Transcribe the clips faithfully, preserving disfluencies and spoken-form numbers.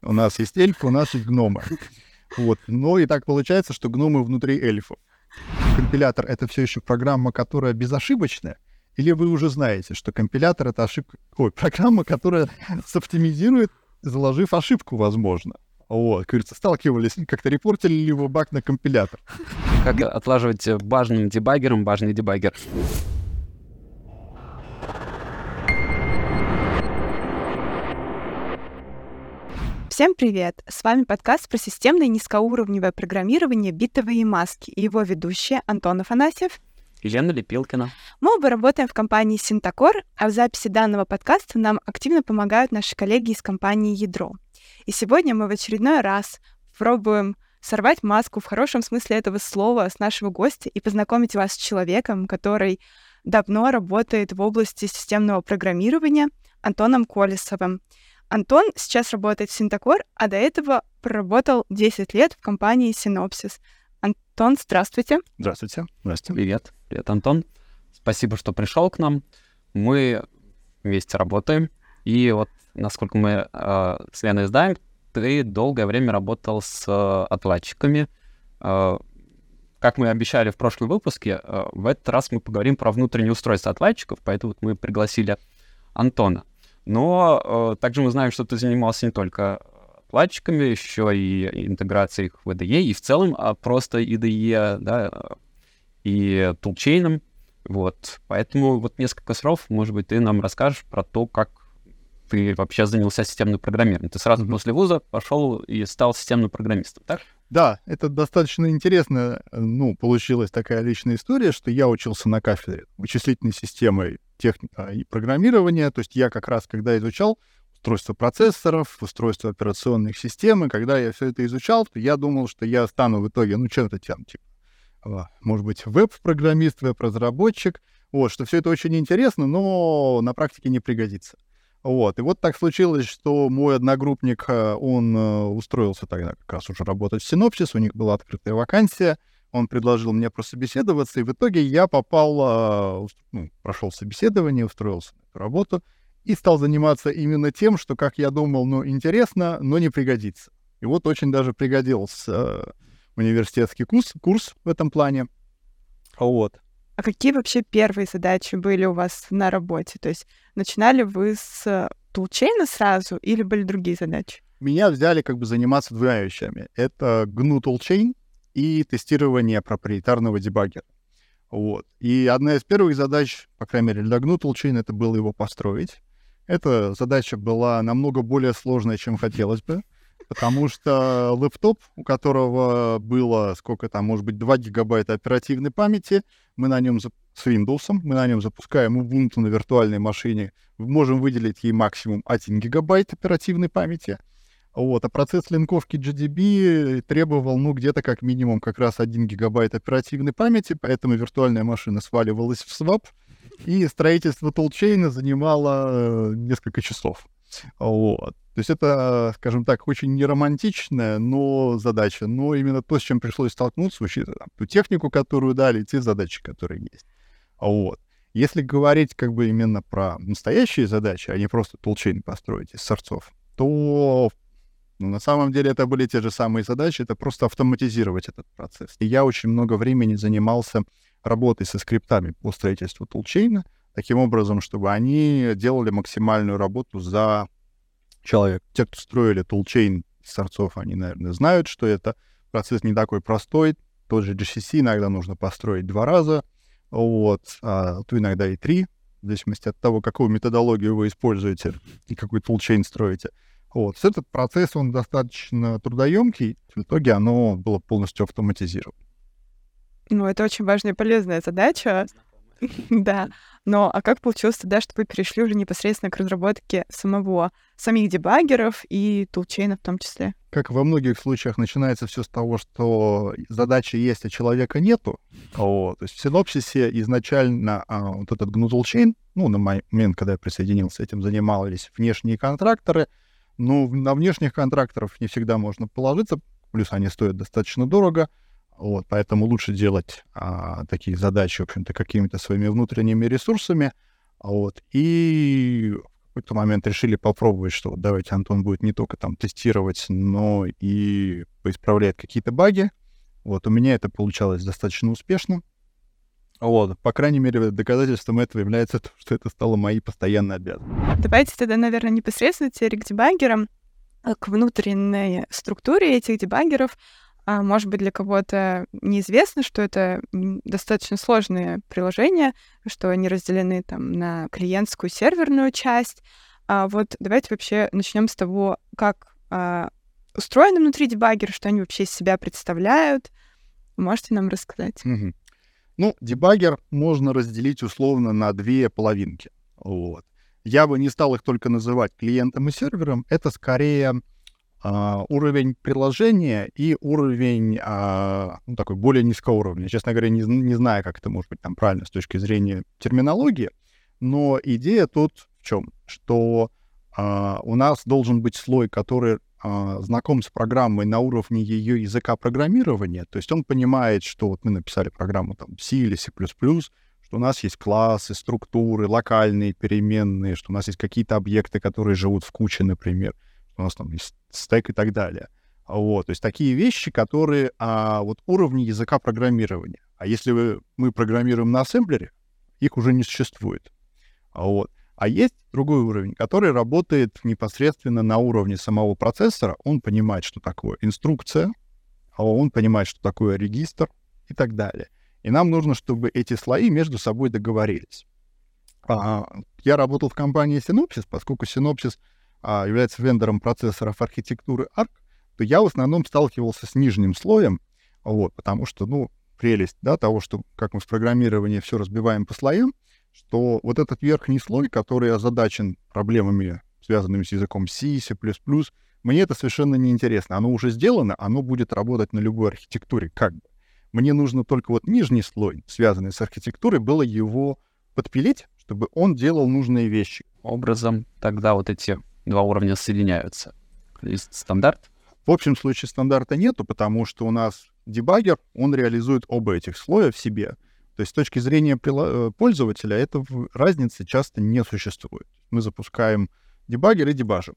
У нас есть эльфы, у нас есть гномы. Вот. Но и так получается, что гномы внутри эльфов. Компилятор — это все еще программа, которая безошибочная? Или вы уже знаете, что компилятор — это ошибка... Ой, программа, которая соптимизирует, заложив ошибку, возможно. Вот, кажется, сталкивались, как-то репортили ли вы баг на компилятор? Как отлаживать бажным дебаггером бажный дебаггер? Всем привет! С вами подкаст про системное низкоуровневое программирование «Битовые маски» и его ведущие Антон Афанасьев и Лена Лепилкина. Мы оба работаем в компании Syntacor, а в записи данного подкаста нам активно помогают наши коллеги из компании Ядро. И сегодня мы в очередной раз пробуем сорвать маску в хорошем смысле этого слова с нашего гостя и познакомить вас с человеком, который давно работает в области системного программирования, Антоном Колесовым. Антон сейчас работает в Syntacor, а до этого проработал десять лет в компании Synopsys. Антон, здравствуйте. Здравствуйте. Здравствуйте. Привет. Привет, Антон. Спасибо, что пришел к нам. Мы вместе работаем. И вот, насколько мы э, с Леной знаем, ты долгое время работал с э, отладчиками. Э, как мы обещали в прошлом выпуске, э, в этот раз мы поговорим про внутреннее устройство отладчиков, поэтому вот мы пригласили Антона. Но э, также мы знаем, что ты занимался не только отладчиками, еще и интеграцией их в ай ди и, и в целом а просто ай ди и, да, и тулчейном. Вот. Поэтому вот несколько слов, может быть, ты нам расскажешь про то, как ты вообще занялся системным программированием. Ты сразу mm-hmm. после вуза пошел и стал системным программистом, так? Да, это достаточно интересно. Ну, получилась такая личная история, что я учился на кафедре вычислительной системы техника и программирования. То есть я как раз, когда изучал устройство процессоров, устройство операционных систем, и когда я все это изучал, то я думал, что я стану в итоге, ну, чем-то там, типа, может быть, веб-программист, веб-разработчик. Вот, что все это очень интересно, но на практике не пригодится. Вот. И вот так случилось, что мой одногруппник, он устроился тогда как раз уже работать в Synopsys, у них была открытая вакансия, он предложил мне прособеседоваться, и в итоге я попал, ну, прошел собеседование, устроился на эту работу и стал заниматься именно тем, что, как я думал, ну, интересно, но не пригодится. И вот очень даже пригодился университетский курс, курс в этом плане. Вот. А какие вообще первые задачи были у вас на работе? То есть начинали вы с тулчейна сразу или были другие задачи? Меня взяли как бы заниматься двумя вещами. Это джи эн ю Toolchain и тестирование проприетарного дебаггера. Вот. И одна из первых задач, по крайней мере, для джи эн ю Toolchain, это было его построить. Эта задача была намного более сложная, чем хотелось бы, потому что лэптоп, у которого было, сколько там, может быть, два гигабайта оперативной памяти, мы на нем зап... с Windows, мы на нем запускаем Ubuntu на виртуальной машине, можем выделить ей максимум один гигабайт оперативной памяти. Вот. А процесс линковки джи ди би требовал, ну, где-то как минимум как раз один гигабайт оперативной памяти, поэтому виртуальная машина сваливалась в свап, и строительство тулчейна занимало несколько часов. Вот. То есть это, скажем так, очень неромантичная, но задача, но именно то, с чем пришлось столкнуться, учитывая там, ту технику, которую дали, и те задачи, которые есть. Вот. Если говорить как бы именно про настоящие задачи, а не просто тулчейн построить из сорцов, то ну, на самом деле это были те же самые задачи, это просто автоматизировать этот процесс. И я очень много времени занимался работой со скриптами по строительству тулчейна, таким образом, чтобы они делали максимальную работу за человека. Те, кто строили тулчейн из сорцов, они, наверное, знают, что это процесс не такой простой. Тот же джи си си иногда нужно построить два раза, вот, а то иногда и три, в зависимости от того, какую методологию вы используете и какой тулчейн строите. Вот. Этот процесс, он достаточно трудоемкий, в итоге оно было полностью автоматизировано. Ну, это очень важная и полезная задача. Да. Но а как получилось тогда, что вы перешли уже непосредственно к разработке самого, самих дебаггеров и тулчейна в том числе? Как во многих случаях начинается все с того, что задача есть, а человека нету. Вот. То есть в Synopsys изначально а, вот этот джи эн ю Toolchain, ну, на момент, когда я присоединился, этим занимались внешние контракторы. Но на внешних контракторов не всегда можно положиться, плюс они стоят достаточно дорого. Вот, поэтому лучше делать а, такие задачи, в общем-то, какими-то своими внутренними ресурсами. Вот. И в какой-то момент решили попробовать, что вот давайте Антон будет не только там тестировать, но и поисправлять какие-то баги. Вот, у меня это получалось достаточно успешно. Вот, по крайней мере, доказательством этого является то, что это стало моей постоянной обязанностью. Давайте тогда, наверное, непосредственно теперь к дебаггерам, к внутренней структуре этих дебаггеров. А, может быть, для кого-то неизвестно, что это достаточно сложные приложения, что они разделены там на клиентскую, серверную часть. А вот давайте вообще начнем с того, как а, устроены внутри дебаггеры, что они вообще из себя представляют. Можете нам рассказать? Угу. Ну, дебаггер можно разделить условно на две половинки. Вот. Я бы не стал их только называть клиентом и сервером. Это скорее Uh, уровень приложения и уровень uh, ну, такой более низкого уровня. Честно говоря, не, не знаю, как это может быть там правильно с точки зрения терминологии, но идея тут в чем? Что uh, у нас должен быть слой, который uh, знаком с программой на уровне ее языка программирования, то есть он понимает, что вот мы написали программу там C или C++, что у нас есть классы, структуры, локальные переменные, что у нас есть какие-то объекты, которые живут в куче, например, у нас там есть стэк и так далее. Вот, то есть такие вещи, которые а, вот уровни языка программирования. А если вы, мы программируем на ассемблере, их уже не существует. Вот. А есть другой уровень, который работает непосредственно на уровне самого процессора. Он понимает, что такое инструкция, а он понимает, что такое регистр и так далее. И нам нужно, чтобы эти слои между собой договорились. А, я работал в компании Synopsys, поскольку Synopsys а, является вендором процессоров архитектуры Arc, то я в основном сталкивался с нижним слоем, вот, потому что, ну, прелесть, да, того, что, как мы в программировании все разбиваем по слоям, что вот этот верхний слой, который озадачен проблемами, связанными с языком C, C++, мне это совершенно неинтересно. Оно уже сделано, оно будет работать на любой архитектуре, как бы. Мне нужно только вот нижний слой, связанный с архитектурой, было его подпилить, чтобы он делал нужные вещи. Образом тогда вот эти два уровня соединяются. Есть стандарт? В общем случае стандарта нету, потому что у нас дебаггер, он реализует оба этих слоя в себе. То есть с точки зрения пользователя этой разницы часто не существует. Мы запускаем дебаггер и дебажим.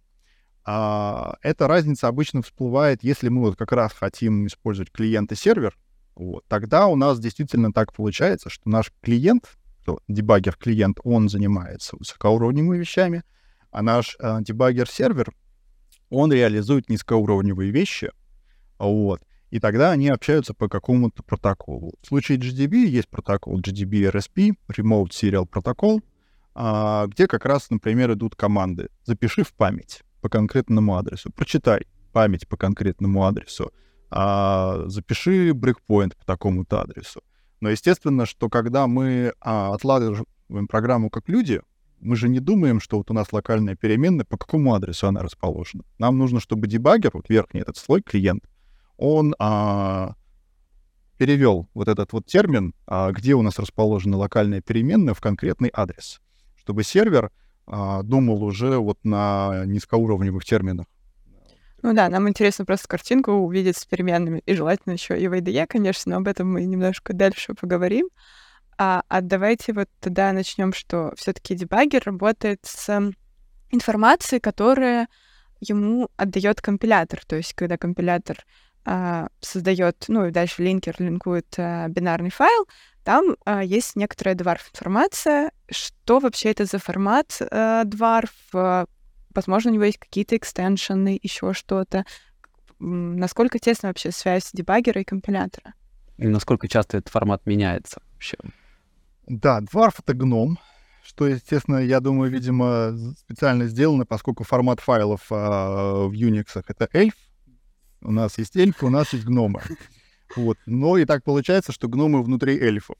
А эта разница обычно всплывает, если мы вот как раз хотим использовать клиент и сервер. Вот, тогда у нас действительно так получается, что наш клиент, дебаггер-клиент, он занимается высокоуровневыми вещами, а наш э, дебаггер-сервер, он реализует низкоуровневые вещи, вот, и тогда они общаются по какому-то протоколу. В случае джи ди би есть протокол джи ди би ар эс пи, Remote Serial Protocol, э, где как раз, например, идут команды «запиши в память по конкретному адресу», «прочитай память по конкретному адресу», э, «запиши брейкпоинт по такому-то адресу». Но естественно, что когда мы а, отладываем программу как люди, мы же не думаем, что вот у нас локальная переменная, по какому адресу она расположена. Нам нужно, чтобы дебаггер, вот верхний этот слой, клиент, он а, перевел вот этот вот термин, а, где у нас расположена локальная переменная, в конкретный адрес, чтобы сервер а, думал уже вот на низкоуровневых терминах. Ну да, нам интересно просто картинку увидеть с переменными, и желательно еще и в ай ди и, конечно, но об этом мы немножко дальше поговорим. А, а давайте вот тогда начнем, что все-таки дебаггер работает с информацией, которая ему отдает компилятор. То есть, когда компилятор а, создает, ну и дальше линкер линкует а, бинарный файл, там а, есть некоторая дварф-информация. Что вообще это за формат а, дварф? Возможно, у него есть какие-то экстеншены, еще что-то. Насколько тесна вообще связь дебаггера и компилятора? И насколько часто этот формат меняется вообще? Да, дварф — это гном, что, естественно, я думаю, видимо, специально сделано, поскольку формат файлов а, в Unix — это эльф. У нас есть эльфы, у нас есть гномы. Вот. Но и так получается, что гномы внутри эльфов.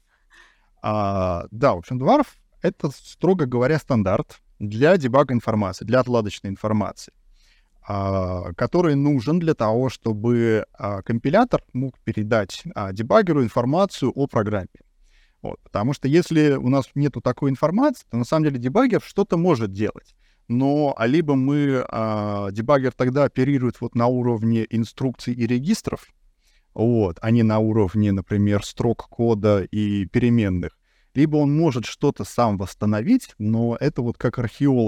А, да, в общем, дварф — это, строго говоря, стандарт для дебага информации, для отладочной информации, а, который нужен для того, чтобы а, компилятор мог передать а, дебаггеру информацию о программе. Вот, потому что если у нас нету такой информации, то на самом деле дебаггер что-то может делать. Но а либо мы, а, дебаггер тогда оперирует вот на уровне инструкций и регистров, вот, а не на уровне, например, строк кода и переменных, либо он может что-то сам восстановить, но это вот как археолог,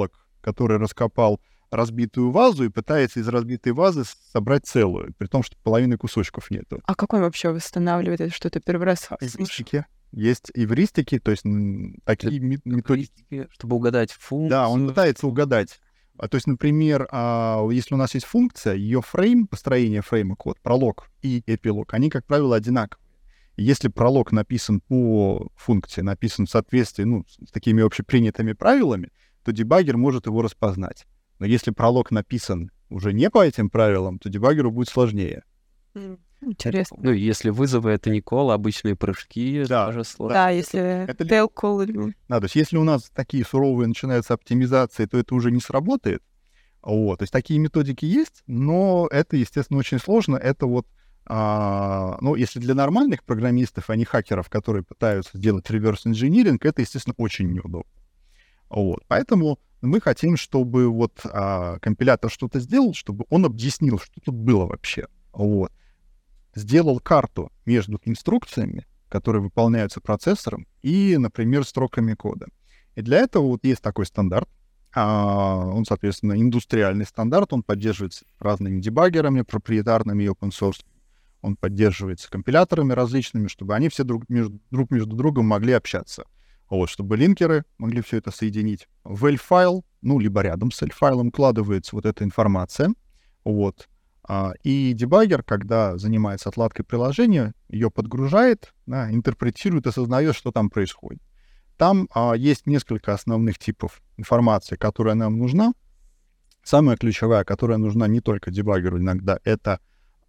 который раскопал разбитую вазу и пытается из разбитой вазы собрать целую, при том, что половины кусочков нету. А как он вообще восстанавливает это? Что-то первый раз слышу. Эвристики. Есть эвристики, то есть м, такие ме- методики. Чтобы угадать функцию. Да, он пытается угадать. А, то есть, например, а, если у нас есть функция, ее фрейм, построение фрейма код, пролог и эпилог, они, как правило, одинаковые. И если пролог написан по функции, написан в соответствии ну, с такими общепринятыми правилами, то дебаггер может его распознать. Но если пролог написан уже не по этим правилам, то дебаггеру будет сложнее. Интересно. Ну, если вызовы — это не кол, обычные прыжки, Да, тоже сложно. Да, если Это ли- tail call. Да, то есть если у нас такие суровые начинаются оптимизации, то это уже не сработает. Вот, то есть такие методики есть, но это, естественно, очень сложно. Это вот, а, ну, если для нормальных программистов, а не хакеров, которые пытаются сделать реверс-инжиниринг, это, естественно, очень неудобно. Вот, поэтому мы хотим, чтобы вот а, компилятор что-то сделал, чтобы он объяснил, что тут было вообще. Вот. Сделал карту между инструкциями, которые выполняются процессором, и, например, строками кода. И для этого вот есть такой стандарт. А, он, соответственно, индустриальный стандарт. Он поддерживается разными дебаггерами, проприетарными и open source. Он поддерживается компиляторами различными, чтобы они все друг между, друг между другом могли общаться. Вот, чтобы линкеры могли все это соединить. В эль-файл, ну, либо рядом с эль-файлом укладывается вот эта информация. Вот. А, и дебаггер, когда занимается отладкой приложения, ее подгружает, да, интерпретирует, осознает, что там происходит. Там а, есть несколько основных типов информации, которая нам нужна. Самая ключевая, которая нужна не только дебаггеру иногда, это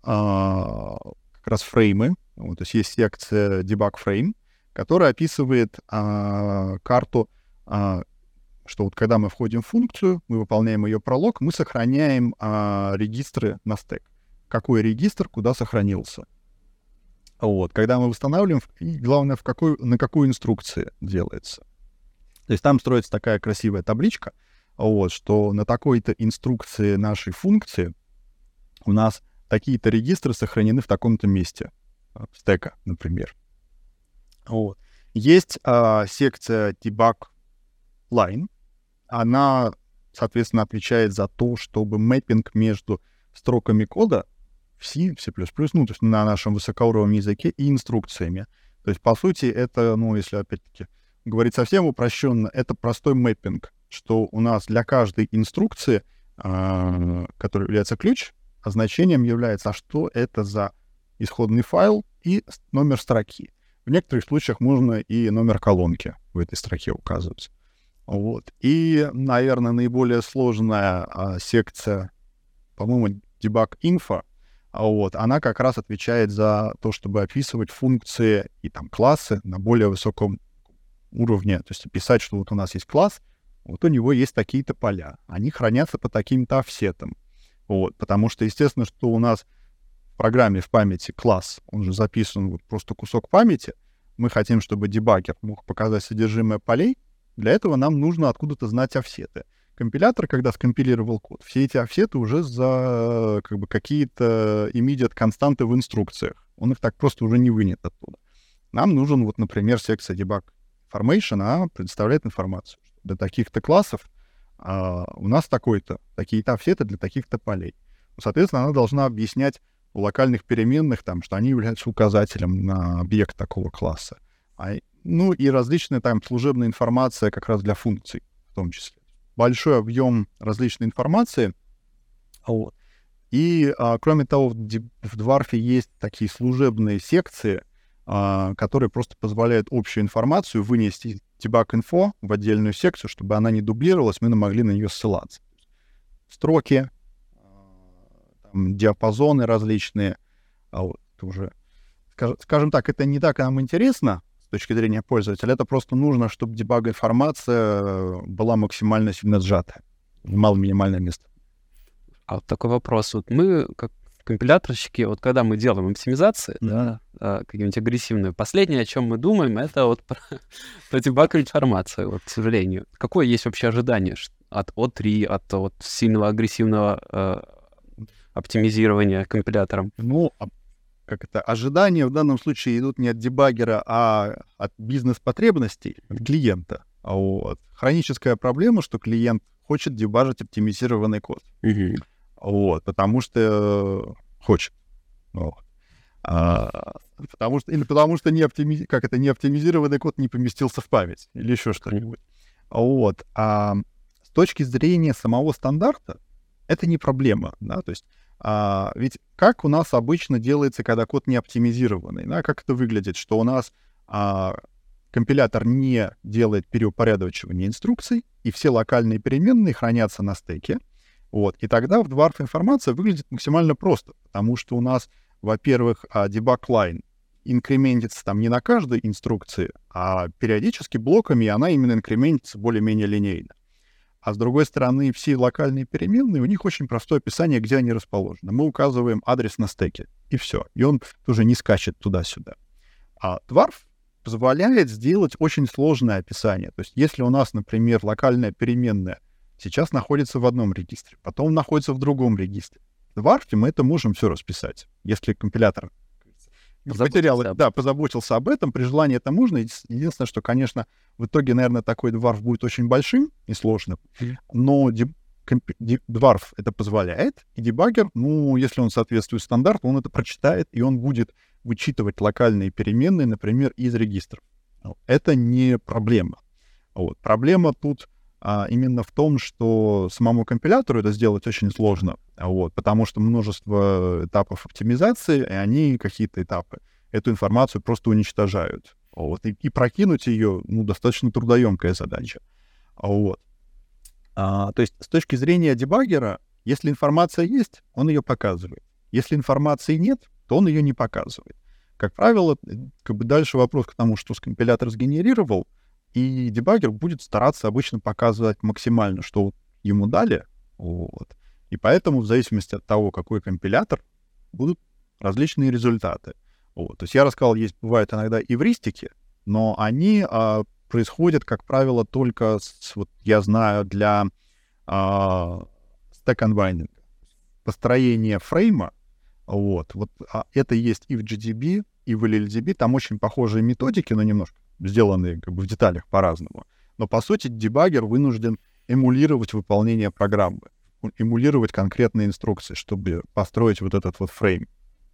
а, как раз фреймы. Вот, то есть есть секция debug frame, которая описывает а, карту, а, что вот когда мы входим в функцию, мы выполняем ее пролог, мы сохраняем а, регистры на стэк. Какой регистр, куда сохранился. Вот. Когда мы восстанавливаем, и главное, в какой, на какой инструкции делается. То есть там строится такая красивая табличка, вот, что на такой-то инструкции нашей функции у нас такие-то регистры сохранены в таком-то месте стэка, например. Вот. Есть а, секция debug line. Она, соответственно, отвечает за то, чтобы мэппинг между строками кода в C, в C++, ну, то есть на нашем высокоуровневом языке, и инструкциями. То есть, по сути, это, ну, если, опять-таки, говорить совсем упрощенно, это простой мэппинг, что у нас для каждой инструкции, э, которая является ключ, а значением является, а что это за исходный файл и номер строки. В некоторых случаях можно и номер колонки в этой строке указывать. Вот. И, наверное, наиболее сложная а, секция, по-моему, debug info, вот, она как раз отвечает за то, чтобы описывать функции и там классы на более высоком уровне. То есть писать, что вот у нас есть класс, вот у него есть такие-то поля. Они хранятся по таким-то офсетам. Вот, потому что, естественно, что у нас в программе в памяти класс, он же записан вот просто кусок памяти. Мы хотим, чтобы дебаггер мог показать содержимое полей. Для этого нам нужно откуда-то знать офсеты. Компилятор, когда скомпилировал код, все эти офсеты уже за как бы, какие-то immediate константы в инструкциях. Он их так просто уже не вынет оттуда. Нам нужен, вот, например, секция debug information, она предоставляет информацию. Для таких-то классов а, у нас такой-то, такие-то офсеты для таких-то полей. Соответственно, она должна объяснять у локальных переменных, там, что они являются указателем на объект такого класса. А, ну и различная там служебная информация как раз для функций в том числе. Большой объем различной информации. Вот. И, а, кроме того, в, в Дварфе есть такие служебные секции, а, которые просто позволяют общую информацию вынести из debug-info в отдельную секцию, чтобы она не дублировалась, мы могли на нее ссылаться. Строки, там, диапазоны различные. А вот, уже, скажем так, это не так нам интересно с точки зрения пользователя, это просто нужно, чтобы дебаг-информация была максимально сильно сжата, занимала минимальное место. А вот такой вопрос. Вот мы, как компиляторщики, вот когда мы делаем оптимизации, Да. да, какие-нибудь агрессивные, последнее, о чем мы думаем, это вот про, про дебаг-информацию, вот, к сожалению. Какое есть вообще ожидание от о три, от, от сильного агрессивного э, оптимизирования компилятором? Ну, как это, ожидания в данном случае идут не от дебаггера, а от бизнес-потребностей, от клиента. Вот. Хроническая проблема, что клиент хочет дебажить оптимизированный код. Мгм. Вот, потому что хочет. Вот. А, потому что, или потому что не оптими... как это, не оптимизированный код не поместился в память, или еще что-нибудь. Вот. А с точки зрения самого стандарта, это не проблема, да, то есть а, ведь как у нас обычно делается, когда код не оптимизированный, да, как это выглядит, что у нас а, компилятор не делает переупорядочивание инструкций, и все локальные переменные хранятся на стеке, вот, и тогда в Dwarf информация выглядит максимально просто, потому что у нас, во-первых, debug line инкрементится там не на каждой инструкции, а периодически блоками, и она именно инкрементится более-менее линейно. А с другой стороны, все локальные переменные, у них очень простое описание, где они расположены. Мы указываем адрес на стеке, и все. И он тоже не скачет туда-сюда. А Dwarf позволяет сделать очень сложное описание. То есть если у нас, например, локальная переменная сейчас находится в одном регистре, потом находится в другом регистре, в Dwarf мы это можем все расписать. Если компилятор потерял, да, позаботился об этом, при желании это можно. Единственное, что, конечно, в итоге, наверное, такой Dwarf будет очень большим и сложным, но Dwarf это позволяет, и дебаггер, ну, если он соответствует стандарту, он это прочитает, и он будет вычитывать локальные переменные, например, из регистров. Это не проблема. Вот. Проблема тут а, именно в том, что самому компилятору это сделать очень сложно, вот, потому что множество этапов оптимизации, и они какие-то этапы эту информацию просто уничтожают. Вот. И, и прокинуть ее, ну, достаточно трудоемкая задача. Вот. А, то есть с точки зрения дебаггера, если информация есть, он ее показывает. Если информации нет, то он ее не показывает. Как правило, как бы дальше вопрос к тому, что компилятор сгенерировал, и дебаггер будет стараться обычно показывать максимально, что ему дали. Вот. И поэтому в зависимости от того, какой компилятор, будут различные результаты. Вот. То есть я рассказал, есть бывают иногда эвристики, но они а, происходят, как правило, только, с, вот, я знаю, для а, stack-unbinding, построения фрейма. Вот, вот а это есть и в джи ди би, и в эл эл ди би. Там очень похожие методики, но немножко сделанные как бы в деталях по-разному. Но, по сути, дебаггер вынужден эмулировать выполнение программы, эмулировать конкретные инструкции, чтобы построить вот этот вот фрейм.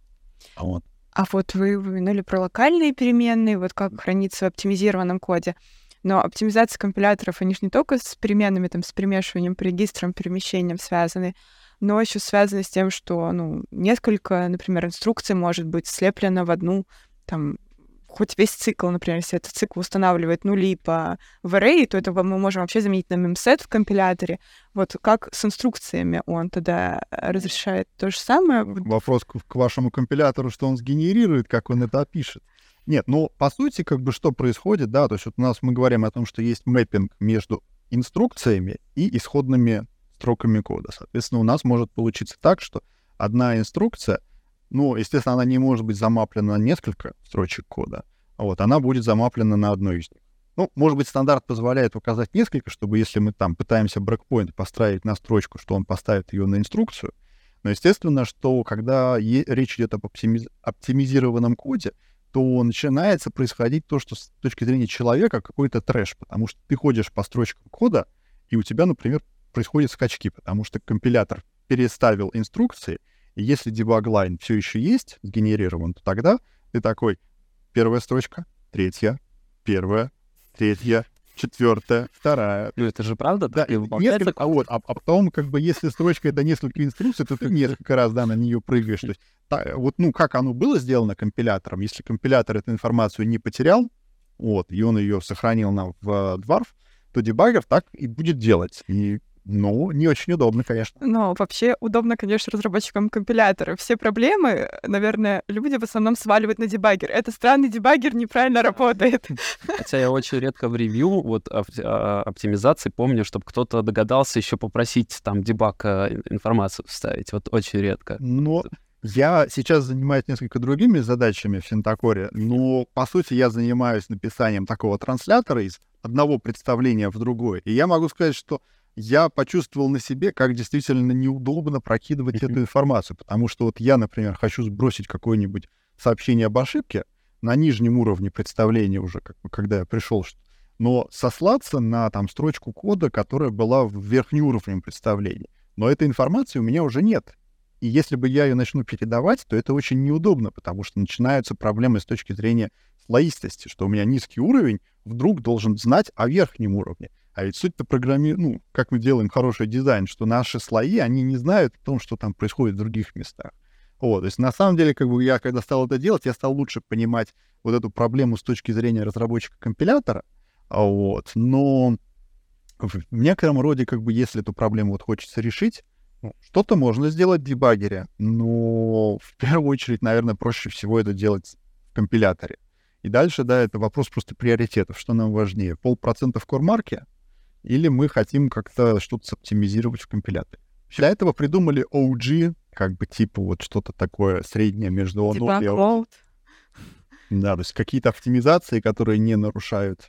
Вот. А вот вы упомянули про локальные переменные, вот как хранится в оптимизированном коде. Но оптимизация компиляторов, они же не только с переменными, там, с примешиванием по регистрам, перемещением связаны, но еще связаны с тем, что, ну, несколько, например, инструкций может быть слеплено в одну, там, хоть весь цикл, например, если этот цикл устанавливает нули по в array, то это мы можем вообще заменить на memset в компиляторе. Вот как с инструкциями он тогда разрешает то же самое? Вопрос к, к вашему компилятору, что он сгенерирует, как он это опишет. Нет, ну, по сути, как бы что происходит, да, то есть вот у нас мы говорим о том, что есть мэппинг между инструкциями и исходными строками кода. Соответственно, у нас может получиться так, что одна инструкция, ну, естественно, она не может быть замаплена на несколько строчек кода, вот, она будет замаплена на одной из них. Ну, может быть, стандарт позволяет указать несколько, чтобы если мы там пытаемся брейкпоинт поставить на строчку, что он поставит ее на инструкцию, но естественно, что когда е- речь идет об оптимиз- оптимизированном коде, то начинается происходить то, что с точки зрения человека какой-то трэш, потому что ты ходишь по строчкам кода, и у тебя, например, происходят скачки, потому что компилятор переставил инструкции, и если debug-line все еще есть, сгенерирован, то тогда ты такой, первая строчка, третья, первая, третья, четвертая, вторая. Ну, это же правда? Да, несколько, а, вот, а, а потом, как бы, если строчка — это несколько инструкций, то ты несколько раз, да, на нее прыгаешь. То есть, та, вот, ну, как оно было сделано компилятором, если компилятор эту информацию не потерял, вот, и он ее сохранил на, в Dwarf, то дебаггер так и будет делать. И ну, не очень удобно, конечно. Но вообще удобно, конечно, разработчикам компилятора. Все проблемы, наверное, люди в основном сваливают на дебаггер. Это странный дебаггер неправильно работает. Хотя я очень редко в ревью вот оптимизации помню, чтобы кто-то догадался еще попросить там дебаг информацию вставить. Вот очень редко. Но я сейчас занимаюсь несколько другими задачами в Синтакоре, но, по сути, я занимаюсь написанием такого транслятора из одного представления в другое. И я могу сказать, что я почувствовал на себе, как действительно неудобно прокидывать эту информацию, потому что вот я, например, хочу сбросить какое-нибудь сообщение об ошибке на нижнем уровне представления уже, как, когда я пришел но сослаться на там строчку кода, которая была в верхнеуровневом представлении. Но этой информации у меня уже нет. И если бы я ее начну передавать, то это очень неудобно, потому что начинаются проблемы с точки зрения слоистости, что у меня низкий уровень вдруг должен знать о верхнем уровне. А ведь суть-то программи... ну, как мы делаем хороший дизайн, что наши слои, они не знают о том, что там происходит в других местах. Вот, то есть на самом деле, как бы я, когда стал это делать, я стал лучше понимать вот эту проблему с точки зрения разработчика компилятора, вот, но в некотором роде, как бы, если эту проблему вот хочется решить, ну, что-то можно сделать в дебаггере, но в первую очередь, наверное, проще всего это делать в компиляторе. И дальше, да, это вопрос просто приоритетов, что нам важнее, полпроцента в кормарке или мы хотим как-то что-то оптимизировать в компиляторе. Для этого придумали о джи, как бы типа вот что-то такое среднее между о ноль и о джи. Да, то есть какие-то оптимизации, которые не нарушают.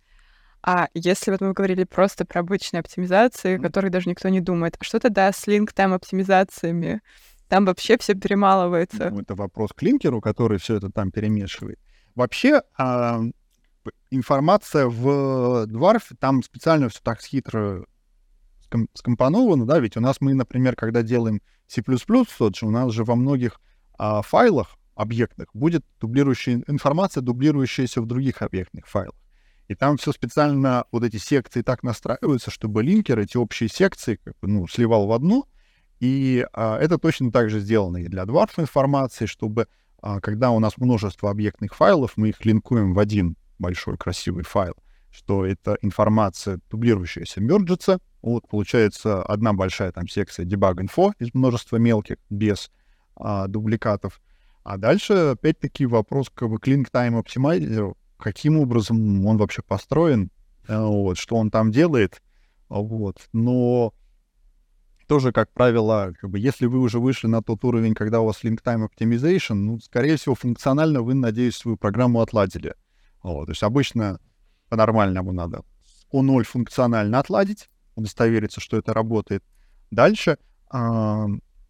А если вот мы говорили просто про обычные оптимизации, mm-hmm. о которых даже никто не думает, а что тогда с линк-тайм оптимизациями? Там вообще все перемалывается. Ну, это вопрос к линкеру, который все это там перемешивает. Вообще а, информация в Dwarf, там специально все так хитро скомпоновано, да, ведь у нас мы, например, когда делаем C++, у нас же во многих а, файлах объектных будет дублирующая информация, дублирующаяся в других объектных файлах. И там все специально, вот эти секции так настраиваются, чтобы линкер эти общие секции как бы, ну, сливал в одно. И а, это точно так же сделано и для Dwarf информации, чтобы а, когда у нас множество объектных файлов, мы их линкуем в один большой красивый файл, что эта информация дублирующаяся мерджится. Вот получается одна большая там секция debug.info из множества мелких, без а, дубликатов. А дальше, опять-таки, вопрос как бы, к link-time optimizer, каким образом он вообще построен, вот, что он там делает. Вот. Но тоже, как правило, как бы, если вы уже вышли на тот уровень, когда у вас link-time optimization, ну, скорее всего, функционально вы, надеюсь, свою программу отладили. Вот. То есть обычно по-нормальному надо о ноль функционально отладить, удостовериться, что это работает. Дальше а,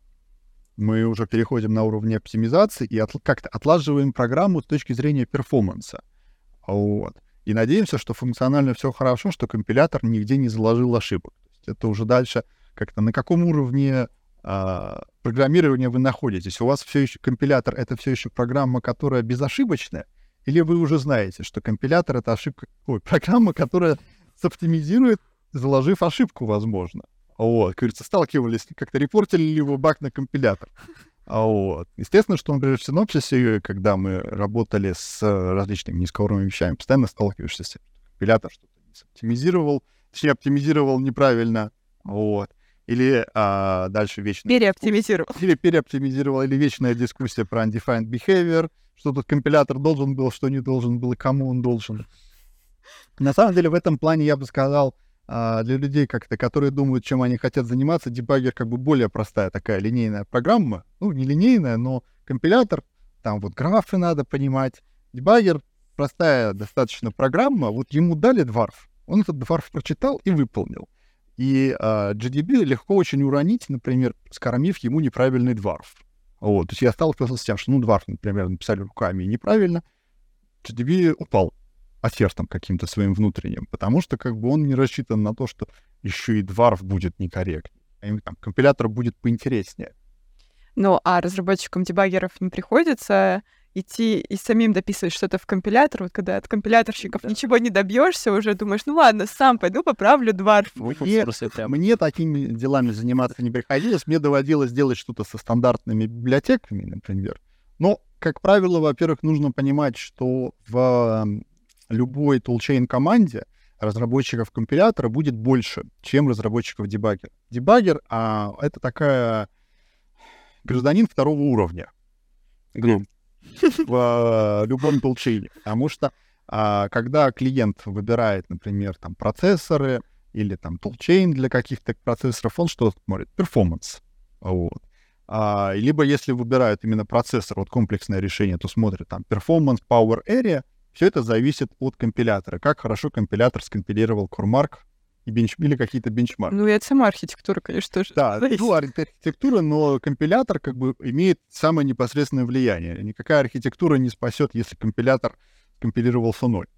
мы уже переходим на уровень оптимизации и от, как-то отлаживаем программу с точки зрения перформанса. Вот. И надеемся, что функционально все хорошо, что компилятор нигде не заложил ошибок. То есть это уже дальше как-то на каком уровне а, программирования вы находитесь. У вас все еще компилятор — это все еще программа, которая безошибочная, или вы уже знаете, что компилятор — это ошибка, ой, программа, которая соптимизирует, заложив ошибку, возможно. Вот, как говорится, сталкивались, как-то репортили ли вы баг на компилятор. Вот. Естественно, что, например, в синопсисе, когда мы работали с различными низкоуровневыми вещами, постоянно сталкиваешься с тем, что компилятор что-то не оптимизировал, точнее, оптимизировал неправильно, вот. Или а, дальше вечная... Переоптимизировал. Или переоптимизировал, или вечная дискуссия про undefined behavior, что тут компилятор должен был, что не должен был, и кому он должен. На самом деле, в этом плане, я бы сказал, для людей, как-то, которые думают, чем они хотят заниматься, дебаггер как бы более простая такая линейная программа. Ну, не линейная, но компилятор, там вот графы надо понимать. Дебаггер простая достаточно программа. Вот ему дали Dwarf, он этот Dwarf прочитал и выполнил. И uh, джи ди би легко очень уронить, например, скормив ему неправильный Dwarf. Вот. То есть я сталкивался с тем, что, ну, Dwarf, например, написали руками неправильно, джи ди би упал аффертом каким-то своим внутренним, потому что как бы он не рассчитан на то, что еще и Dwarf будет некорректный, а там компилятор будет поинтереснее. Ну, а разработчикам дебаггеров не приходится идти и самим дописывать что-то в компилятор, вот когда от компиляторщиков да. ничего не добьешься, уже думаешь, ну ладно, сам пойду поправлю Dwarf. Мне, мне такими делами заниматься не приходилось, мне доводилось делать что-то со стандартными библиотеками, например. Но, как правило, во-первых, нужно понимать, что в любой toolchain команде разработчиков компилятора будет больше, чем разработчиков дебаггера. Дебаггер а, — это такая гражданин второго уровня. Гном. В а, любом toolchain. Потому что а, когда клиент выбирает, например, там, процессоры или там toolchain для каких-то процессоров, он что смотрит? Перформанс. Вот. А, либо если выбирают именно процессор, вот комплексное решение, то смотрят там performance, power area. Все это зависит от компилятора. Как хорошо компилятор скомпилировал CoreMark и бенч... или какие-то бенчмарки. Ну, и это сама архитектура, конечно, тоже. Да, ну, архитектура, но компилятор как бы имеет самое непосредственное влияние. Никакая архитектура не спасет, если компилятор скомпилировал с ноль.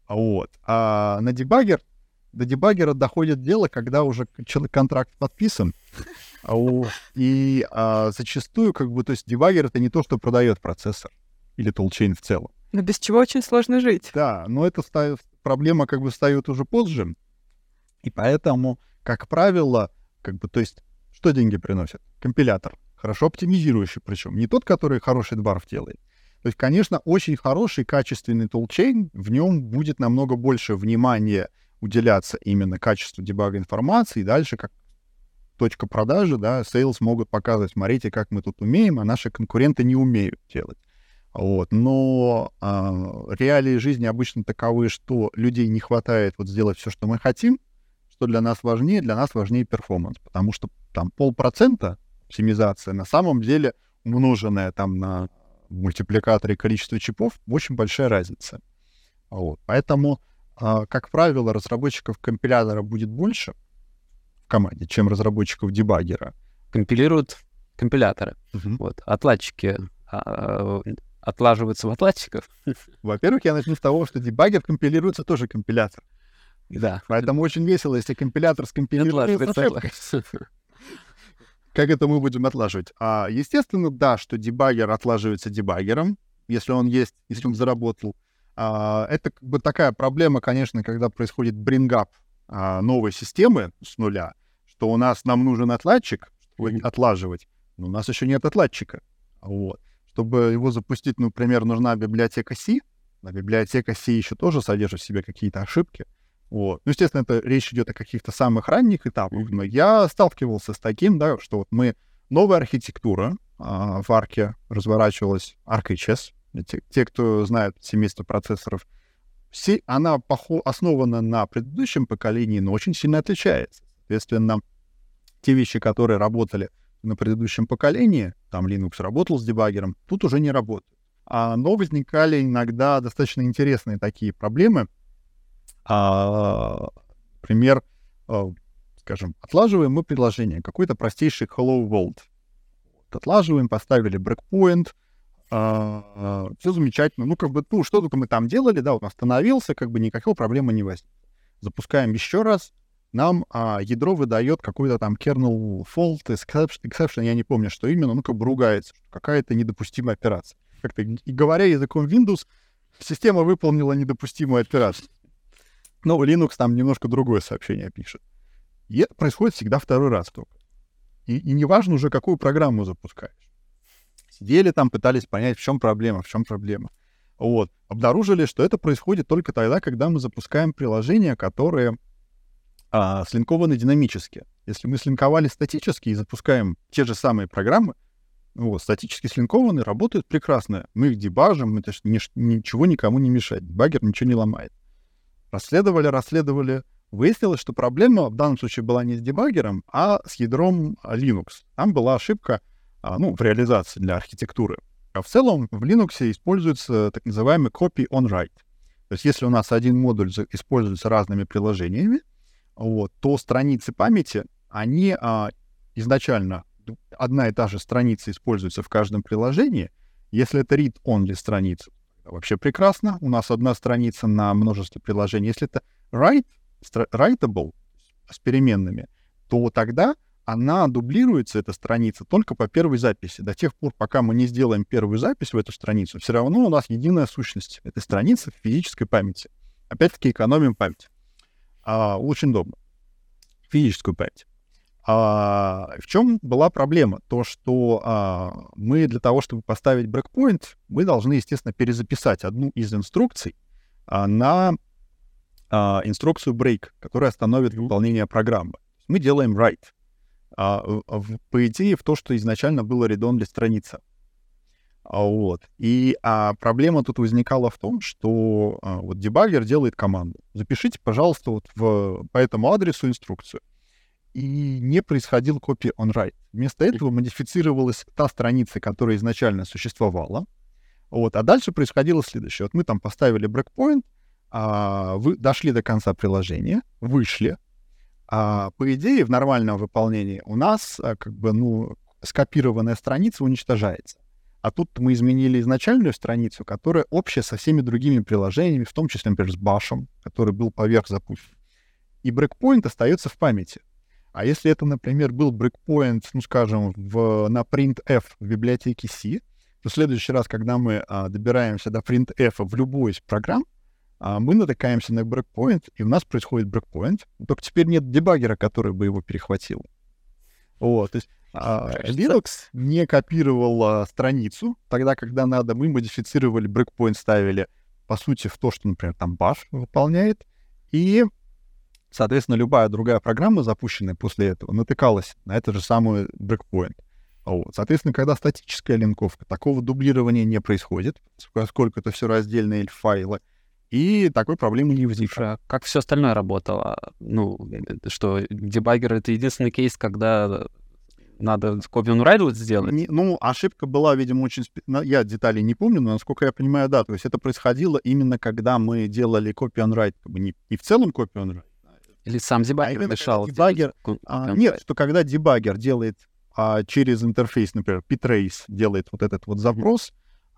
Вот. А на дебаггер, до дебаггера доходит дело, когда уже контракт подписан. Вот. И а, зачастую, как бы, то есть дебаггер — это не то, что продает процессор или тулчейн в целом. Но без чего очень сложно жить. Да, но эта ста- проблема как бы встает уже позже. И поэтому, как правило, как бы, то есть, что деньги приносят? Компилятор. Хорошо оптимизирующий причем. Не тот, который хороший дварф делает. То есть, конечно, очень хороший, качественный тулчейн, в нем будет намного больше внимания уделяться именно качеству дебага информации. И дальше, как точка продажи, да, sales могут показывать, смотрите, как мы тут умеем, а наши конкуренты не умеют делать. Вот. Но а, реалии жизни обычно таковы, что людей не хватает вот сделать все, что мы хотим. Что для нас важнее? Для нас важнее перформанс, потому что там полпроцента оптимизация на самом деле, умноженная там на мультипликаторе количества чипов, очень большая разница. Вот. Поэтому, а, как правило, разработчиков компилятора будет больше в команде, чем разработчиков дебаггера. Компилируют компиляторы. Угу. Вот. Отладчики а, отлаживаются в отладчиков. Во-первых, я начну с того, что дебаггер компилируется тоже компилятор. Да. Поэтому очень весело, если компилятор скомпилирует ошибку. Как это мы будем отлаживать? А, естественно, да, что дебаггер отлаживается дебаггером, если он есть, если он заработал. А, это как бы такая проблема, конечно, когда происходит bring-up а, новой системы с нуля, что у нас нам нужен отладчик, чтобы mm-hmm. отлаживать, но у нас еще нет отладчика. Вот. Чтобы его запустить, например, нужна библиотека C, а библиотека C еще тоже содержит в себе какие-то ошибки. Вот. Ну, естественно, это речь идет о каких-то самых ранних этапах, но я сталкивался с таким, да, что вот мы... Новая архитектура а, в Арке разворачивалась, Arc эйч эс, те, те, кто знает семейство процессоров, все, она похо- основана на предыдущем поколении, но очень сильно отличается. Соответственно, те вещи, которые работали на предыдущем поколении, там Linux работал с дебаггером, тут уже не работают. А, но возникали иногда достаточно интересные такие проблемы. А, например, а, скажем, отлаживаем мы приложение, какой-то простейший Hello World. Вот, отлаживаем, поставили брейкпоинт, а, а, все замечательно. Ну, как бы, ну, что только мы там делали, да, он остановился, как бы никакой проблемы не возникло. Запускаем еще раз, нам а, ядро выдает какой-то там kernel fault, exception, exception, я не помню, что именно, ну, как бы ругается, что какая-то недопустимая операция. Как-то, и говоря языком Windows, система выполнила недопустимую операцию. Но Linux там немножко другое сообщение пишет. И это происходит всегда второй раз только. И, и неважно уже, какую программу запускаешь. Сидели там, пытались понять, в чем проблема, в чем проблема. Вот. Обнаружили, что это происходит только тогда, когда мы запускаем приложения, которые а, слинкованы динамически. Если мы слинковали статически и запускаем те же самые программы, вот, статически слинкованные работают прекрасно. Мы их дебажим, это ж ни, ничего никому не мешает. Дебаггер ничего не ломает. Расследовали, расследовали. Выяснилось, что проблема в данном случае была не с дебаггером, а с ядром Linux. Там была ошибка, ну, в реализации для архитектуры. А в целом в Linux используется так называемый copy on write. То есть если у нас один модуль используется разными приложениями, вот, то страницы памяти, они а, изначально, одна и та же страница используется в каждом приложении. Если это read-only страница, вообще прекрасно. У нас одна страница на множестве приложений. Если это write, writable с переменными, то тогда она дублируется, эта страница, только по первой записи. До тех пор, пока мы не сделаем первую запись в эту страницу, все равно у нас единая сущность этой страницы в физической памяти. Опять-таки экономим память. А, очень удобно. Физическую память. А, в чем была проблема? То, что а, мы для того, чтобы поставить брейкпоинт, мы должны, естественно, перезаписать одну из инструкций а, на а, инструкцию break, которая остановит выполнение программы. Мы делаем write. А, в, по идее, в то, что изначально было read-only страница. А, вот. И а, проблема тут возникала в том, что а, вот дебаггер делает команду. Запишите, пожалуйста, вот в, по этому адресу инструкцию. И не происходил copy on write. Вместо этого модифицировалась та страница, которая изначально существовала. Вот. А дальше происходило следующее. Вот мы там поставили брейкпоинт, а, вы дошли до конца приложения, вышли. А, по идее, в нормальном выполнении у нас а, как бы, ну, скопированная страница уничтожается. А тут мы изменили изначальную страницу, которая общая со всеми другими приложениями, в том числе, например, с башем, который был поверх запущен. И брейкпоинт остается в памяти. А если это, например, был брейкпоинт, ну, скажем, в, на printf в библиотеке C, то в следующий раз, когда мы а, добираемся до printf в любой из программ, а, мы натыкаемся на брейкпоинт, и у нас происходит брейкпоинт, только теперь нет дебаггера, который бы его перехватил. Вот, то есть а, Linux не копировал а, страницу, тогда, когда надо, мы модифицировали брейкпоинт, ставили, по сути, в то, что, например, там bash выполняет, и соответственно, любая другая программа, запущенная после этого, натыкалась на это же самое breakpoint. Вот. Соответственно, когда статическая линковка, такого дублирования не происходит, поскольку это все раздельные файлы, и такой проблемы не возникает. А как все остальное работало? Ну, что дебаггер — это единственный кейс, когда надо copy on write сделать? Не, ну, ошибка была, видимо, очень... Спе... Я деталей не помню, но, насколько я понимаю, да. То есть это происходило именно когда мы делали copy on write, как бы не, не в целом copy on write. Или сам дебаггер а мешал? Дебаггер, а, нет, что когда дебаггер делает а, через интерфейс, например, ptrace делает вот этот вот запрос,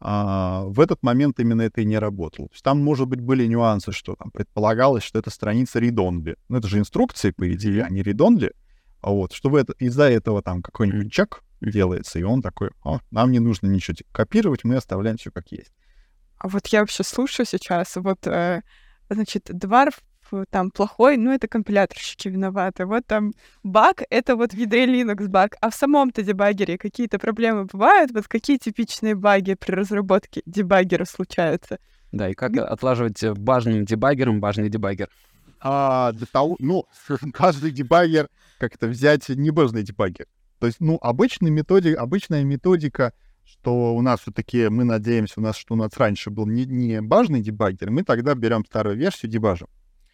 а, в этот момент именно это и не работало. То есть там, может быть, были нюансы, что там предполагалось, что это страница read-only. Ну, это же инструкции, по идее, а не read-only. А вот, что это, из-за этого там какой-нибудь чек делается, и он такой: о, нам не нужно ничего копировать, мы оставляем все как есть. А вот я вообще слушаю сейчас, вот, э, значит, Dwarf там плохой, ну, это компиляторщики виноваты. Вот там баг — это вот в ядре Linux баг. А в самом-то дебаггере какие-то проблемы бывают? Вот какие типичные баги при разработке дебаггера случаются? Да, и как отлаживать бажным дебаггером бажный дебаггер? А, для того, ну, каждый дебаггер, как это взять, небажный дебаггер. То есть, ну, обычная методика, обычная методика, что у нас все-таки, мы надеемся, у нас, что у нас раньше был не, не бажный дебаггер, мы тогда берем старую версию, дебажим.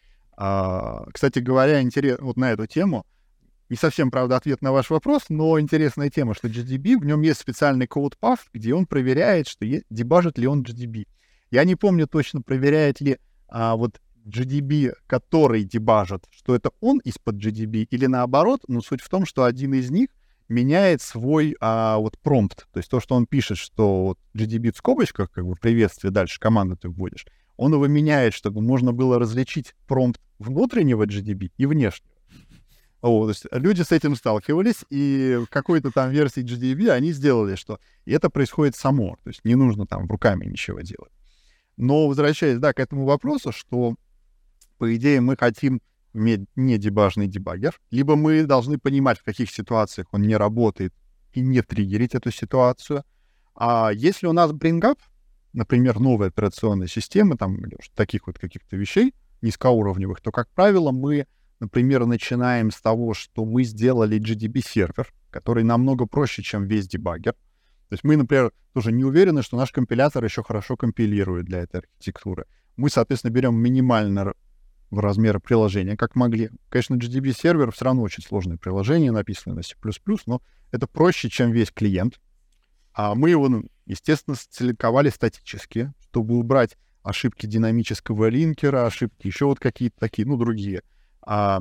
А, кстати говоря, интерес, вот на эту тему, не совсем, правда, ответ на ваш вопрос, но интересная тема, что джи ди би, в нем есть специальный code path, где он проверяет, что е- дебажит ли он джи ди би. Я не помню точно, проверяет ли а, вот джи ди би, который дебажит, что это он из-под джи ди би, или наоборот, но суть в том, что один из них меняет свой а, вот промпт, то есть то, что он пишет, что вот джи ди би в скобочках, как бы приветствие, дальше команду ты вводишь, он его меняет, чтобы можно было различить промпт внутреннего джи ди би и внешнего. Вот, то есть люди с этим сталкивались, и в какой-то там версии джи ди би они сделали, что и это происходит само, то есть не нужно там руками ничего делать. Но возвращаясь, да, к этому вопросу, что, по идее, мы хотим иметь не дебажный дебаггер, либо мы должны понимать, в каких ситуациях он не работает, и не триггерить эту ситуацию. А если у нас bring up, например, новой операционной системы, там, или таких вот каких-то вещей низкоуровневых, то, как правило, мы, например, начинаем с того, что мы сделали джи ди би-сервер, который намного проще, чем весь дебаггер. То есть мы, например, тоже не уверены, что наш компилятор еще хорошо компилирует для этой архитектуры. Мы, соответственно, берем минимально в размеры приложения, как могли. Конечно, джи ди би-сервер все равно очень сложное приложение, написанное на C++, но это проще, чем весь клиент. А мы его, ну, естественно, целиковали статически, чтобы убрать ошибки динамического линкера, ошибки еще вот какие-то такие, ну, другие. А,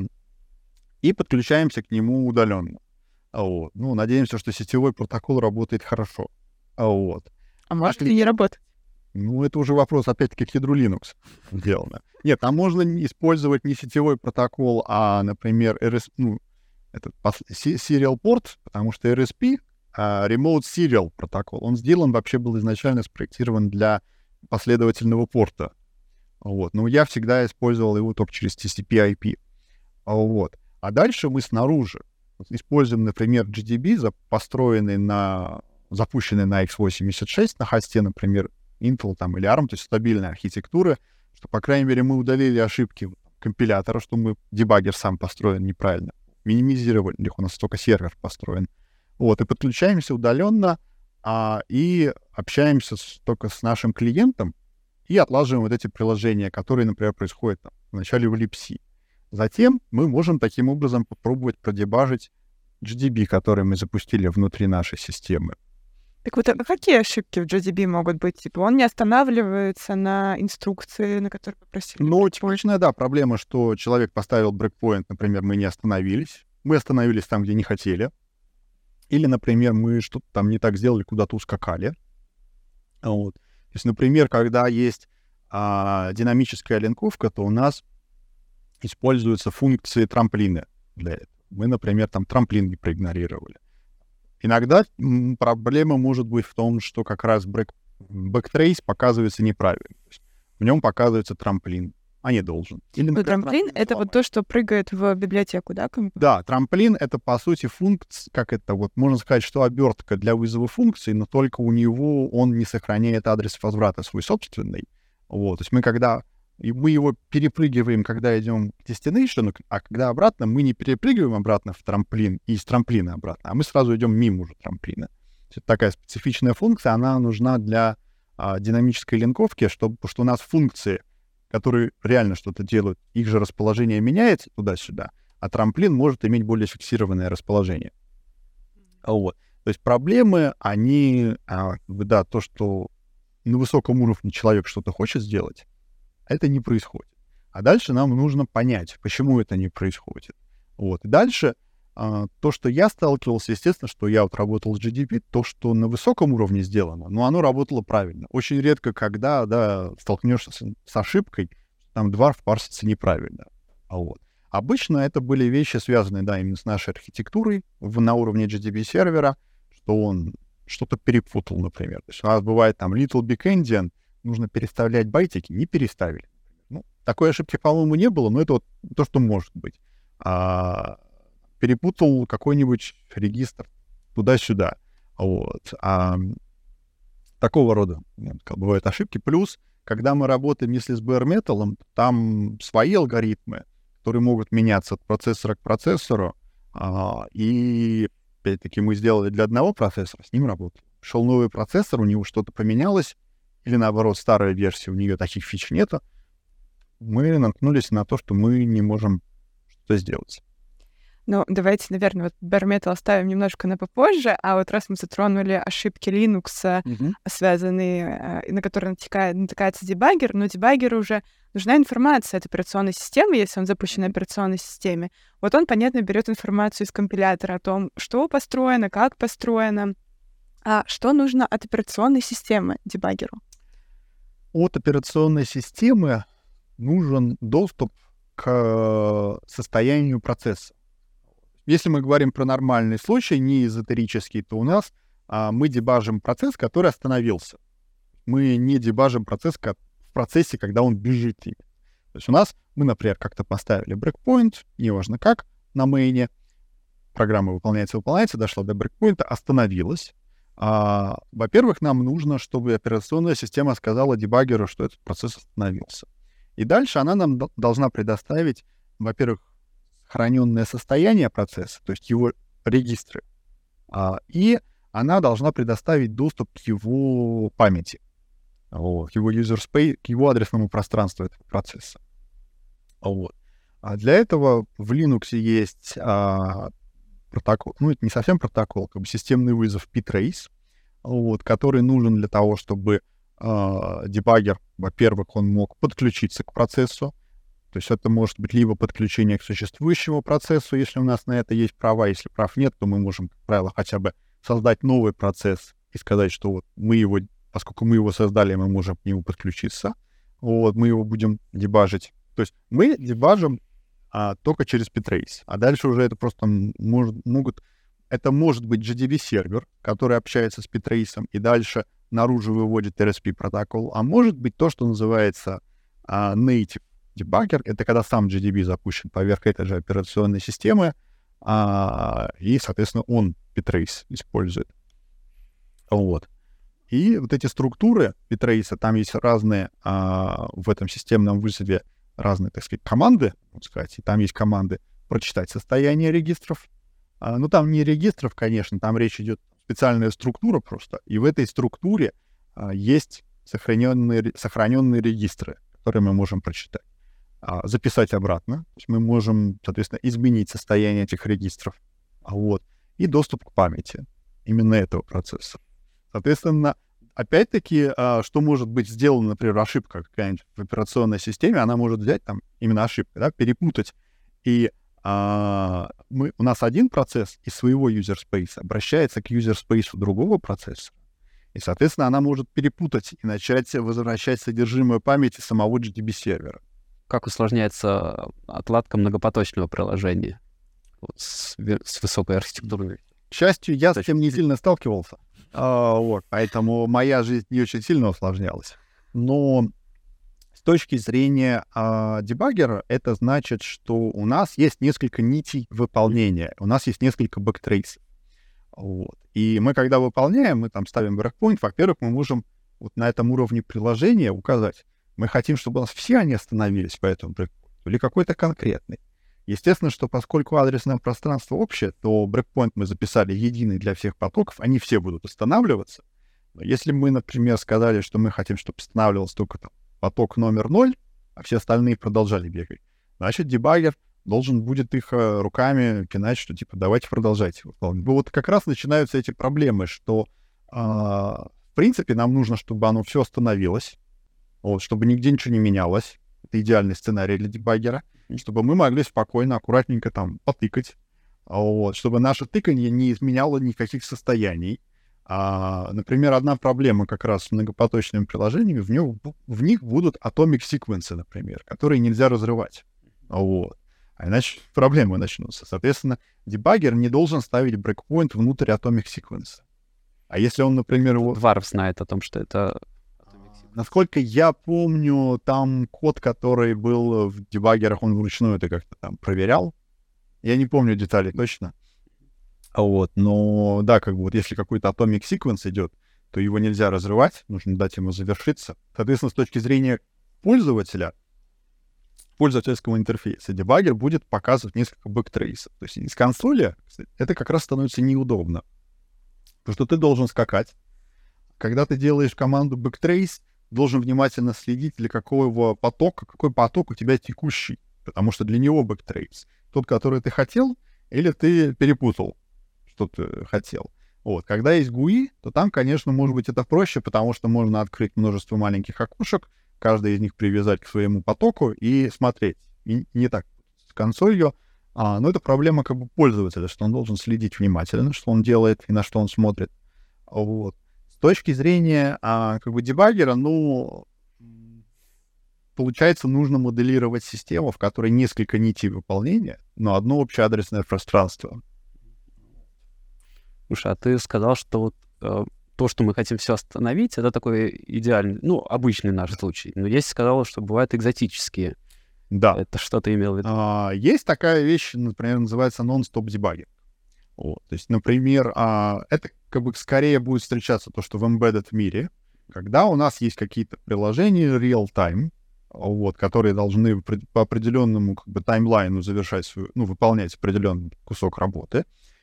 и подключаемся к нему удаленно. Вот. Ну, надеемся, что сетевой протокол работает хорошо. Вот. А может и не работать? Ну, это уже вопрос, опять-таки, к ядру Linux сделано. Нет, там можно использовать не сетевой протокол, а, например, эр эс, ну, этот Serial Port, потому что эр эс пи, Remote Serial протокол, он сделан, вообще был изначально спроектирован для последовательного порта. Вот. Но я всегда использовал его только через ти си пи ай пи. Вот. А дальше мы снаружи используем, например, джи ди би, построенный на, запущенный на икс восемьдесят шесть, на хосте, например, Intel там, или арм, то есть стабильная архитектура, что, по крайней мере, мы удалили ошибки компилятора, что мы дебаггер сам построен неправильно, минимизировали их, у нас только сервер построен. Вот, и подключаемся удаленно а, и общаемся с, только с нашим клиентом и отлаживаем вот эти приложения, которые, например, происходят там, вначале в libc. Затем мы можем таким образом попробовать продебажить джи ди би, который мы запустили внутри нашей системы. Так вот, а какие ошибки в джи ди би могут быть? Типа он не останавливается на инструкции, на которые попросили? Ну, типичная, да, проблема, что человек поставил брейкпоинт, например, мы не остановились. Мы остановились там, где не хотели. Или, например, мы что-то там не так сделали, куда-то ускакали. Вот. То есть, например, когда есть а, динамическая линковка, то у нас используются функции трамплина для этого. Мы, например, там трамплин не проигнорировали. Иногда м, проблема может быть в том, что как раз бэк, бэктрейс показывается неправильно. То есть в нем показывается трамплин, а не должен. Или, Ну, например, трамплин — это вот то, что прыгает в библиотеку, да? как- Да, трамплин — это, по сути, функция, как это, вот, можно сказать, что обертка для вызова функции, но только у него он не сохраняет адрес возврата свой собственный. Вот, то есть мы когда... И мы его перепрыгиваем, когда идем к destination, а когда обратно, мы не перепрыгиваем обратно в трамплин и из трамплина обратно, а мы сразу идем мимо уже трамплина. То есть это такая специфичная функция, она нужна для а, динамической линковки, чтобы, потому что у нас функции, которые реально что-то делают, их же расположение меняется туда-сюда, а трамплин может иметь более фиксированное расположение. Вот. То есть проблемы, они, а, да, то, что на высоком уровне человек что-то хочет сделать, это не происходит. А дальше нам нужно понять, почему это не происходит. Вот. И дальше а, то, что я сталкивался, естественно, что я вот работал с джи ди пи, то, что на высоком уровне сделано, но оно работало правильно. Очень редко, когда, да, столкнешься с, с ошибкой, что там дварф парсится неправильно. А вот. Обычно это были вещи, связанные, да, именно с нашей архитектурой в, на уровне джи ди пи сервера, что он что-то перепутал, например. То есть у нас бывает там little big endian, нужно переставлять байтики, не переставили. Ну, такой ошибки, по-моему, не было, но это вот то, что может быть. А, перепутал какой-нибудь регистр туда-сюда. Вот. А, такого рода как, бывают ошибки. Плюс, когда мы работаем, если с bare metal, там свои алгоритмы, которые могут меняться от процессора к процессору. А, и, опять-таки, мы сделали для одного процессора, с ним работали. Шел новый процессор, у него что-то поменялось, или наоборот, старая версия, у нее таких фич нету, мы наткнулись на то, что мы не можем что-то сделать. Ну, давайте, наверное, вот bare metal оставим немножко на попозже, а вот раз мы затронули ошибки Linux, Mm-hmm. связанные, на которые натекает, натыкается дебаггер, но дебаггеру уже нужна информация от операционной системы, если он запущен на операционной системе. Вот он, понятно, берет информацию из компилятора о том, что построено, как построено, а что нужно от операционной системы дебаггеру. От операционной системы нужен доступ к состоянию процесса. Если мы говорим про нормальный случай, не эзотерический, то у нас а, мы дебажим процесс, который остановился. Мы не дебажим процесс как в процессе, когда он бежит. То есть у нас, мы, например, как-то поставили брейкпоинт, неважно как, на мейне, программа выполняется, выполняется, дошла до брейкпоинта, остановилась. А, во-первых, нам нужно, чтобы операционная система сказала дебаггеру, что этот процесс остановился. И дальше она нам д- должна предоставить, во-первых, храненное состояние процесса, то есть его регистры, а, и она должна предоставить доступ к его памяти, вот, к его user space, к его адресному пространству этого процесса. Вот. А для этого в Linux есть а, протокол, ну, это не совсем протокол, как бы системный вызов ptrace, вот, который нужен для того, чтобы э, дебаггер, во-первых, он мог подключиться к процессу, то есть это может быть либо подключение к существующему процессу, если у нас на это есть права, если прав нет, то мы можем, как правило, хотя бы создать новый процесс и сказать, что вот мы его, поскольку мы его создали, мы можем к нему подключиться, вот, мы его будем дебажить. То есть мы дебажим а, только через ptrace, а дальше уже это просто может, могут... Это может быть джи ди би-сервер, который общается с ptrace, и дальше наружу выводит эр эс пи протокол, а может быть то, что называется а, native debugger, это когда сам джи ди би запущен поверх этой же операционной системы, а, и, соответственно, он ptrace использует. Вот. И вот эти структуры ptrace, там есть разные а, в этом системном вызове разные, так сказать, команды, можно сказать, и там есть команды прочитать состояние регистров. А, ну, там не регистров, конечно, там речь идет специальная структура просто, и в этой структуре а, есть сохраненные, сохраненные регистры, которые мы можем прочитать. А, записать обратно, то есть мы можем, соответственно, изменить состояние этих регистров, а, вот, и доступ к памяти именно этого процесса. Соответственно, опять-таки, а, что может быть сделано, например, ошибка какая-нибудь в операционной системе, она может взять там именно ошибку, да, перепутать. И а, мы, у нас один процесс из своего user space обращается к user space другого процесса. И, соответственно, она может перепутать и начать возвращать содержимое памяти самого джи ди би-сервера. Как усложняется отладка многопоточного приложения вот, с, с высокой архитектурой? К счастью, я с этим не сильно сталкивался, а, вот, поэтому моя жизнь не очень сильно усложнялась. Но с точки зрения а, дебаггера, это значит, что у нас есть несколько нитей выполнения, у нас есть несколько бэктрейсов. Вот. И мы, когда выполняем, мы там ставим брейкпоинт, во-первых, мы можем вот на этом уровне приложения указать, мы хотим, чтобы у нас все они остановились по этому брейкпоинту, или какой-то конкретный. Естественно, что поскольку адресное пространство общее, то брейкпоинт мы записали единый для всех потоков, они все будут останавливаться. Но если мы, например, сказали, что мы хотим, чтобы останавливался только там поток номер ноль, а все остальные продолжали бегать, значит, дебаггер должен будет их э, руками пинать, что типа давайте продолжайте выполнять. Вот как раз начинаются эти проблемы, что э, в принципе нам нужно, чтобы оно все остановилось, вот, чтобы нигде ничего не менялось. Это идеальный сценарий для дебаггера, чтобы мы могли спокойно, аккуратненько там потыкать, вот, чтобы наше тыканье не изменяло никаких состояний. А, например, одна проблема как раз с многопоточными приложениями, в, него, в них будут atomic sequences, например, которые нельзя разрывать. Вот. А иначе проблемы начнутся. Соответственно, дебаггер не должен ставить брейкпоинт внутрь atomic sequence. А если он, например, его... Варв знает о том, что это... Насколько я помню, там код, который был в дебаггерах, он вручную это как-то там проверял. Я не помню деталей точно. Вот, но да, как бы вот если какой-то atomic sequence идет, то его нельзя разрывать, нужно дать ему завершиться. Соответственно, с точки зрения пользователя, пользовательского интерфейса, дебаггер будет показывать несколько бэктрейсов. То есть из консоли это как раз становится неудобно. Потому что ты должен скакать. Когда ты делаешь команду backtrace, должен внимательно следить, для какого потока, какой поток у тебя текущий. Потому что для него backtrace. Тот, который ты хотел, или ты перепутал, что ты хотел. Вот. Когда есть гуи, то там, конечно, может быть это проще, потому что можно открыть множество маленьких окошек, каждый из них привязать к своему потоку и смотреть. И не так с консолью. А, но это проблема как бы пользователя, что он должен следить внимательно, что он делает и на что он смотрит. Вот. С точки зрения а, как бы дебаггера, ну, получается, нужно моделировать систему, в которой несколько нитей выполнения, но одно общее адресное пространство. Слушай, а ты сказал, что вот э, то, что мы хотим все остановить, это такой идеальный, ну, обычный наш случай. Но есть сказал, что бывают экзотические. Да. Это что ты имел в виду? А, есть такая вещь, например, называется non-stop debugging. Вот. То есть, например, а, это как бы скорее будет встречаться то, что в embedded мире, когда у нас есть какие-то приложения real-time, вот, которые должны по определенному как бы таймлайну завершать свою, ну, выполнять определенный кусок работы.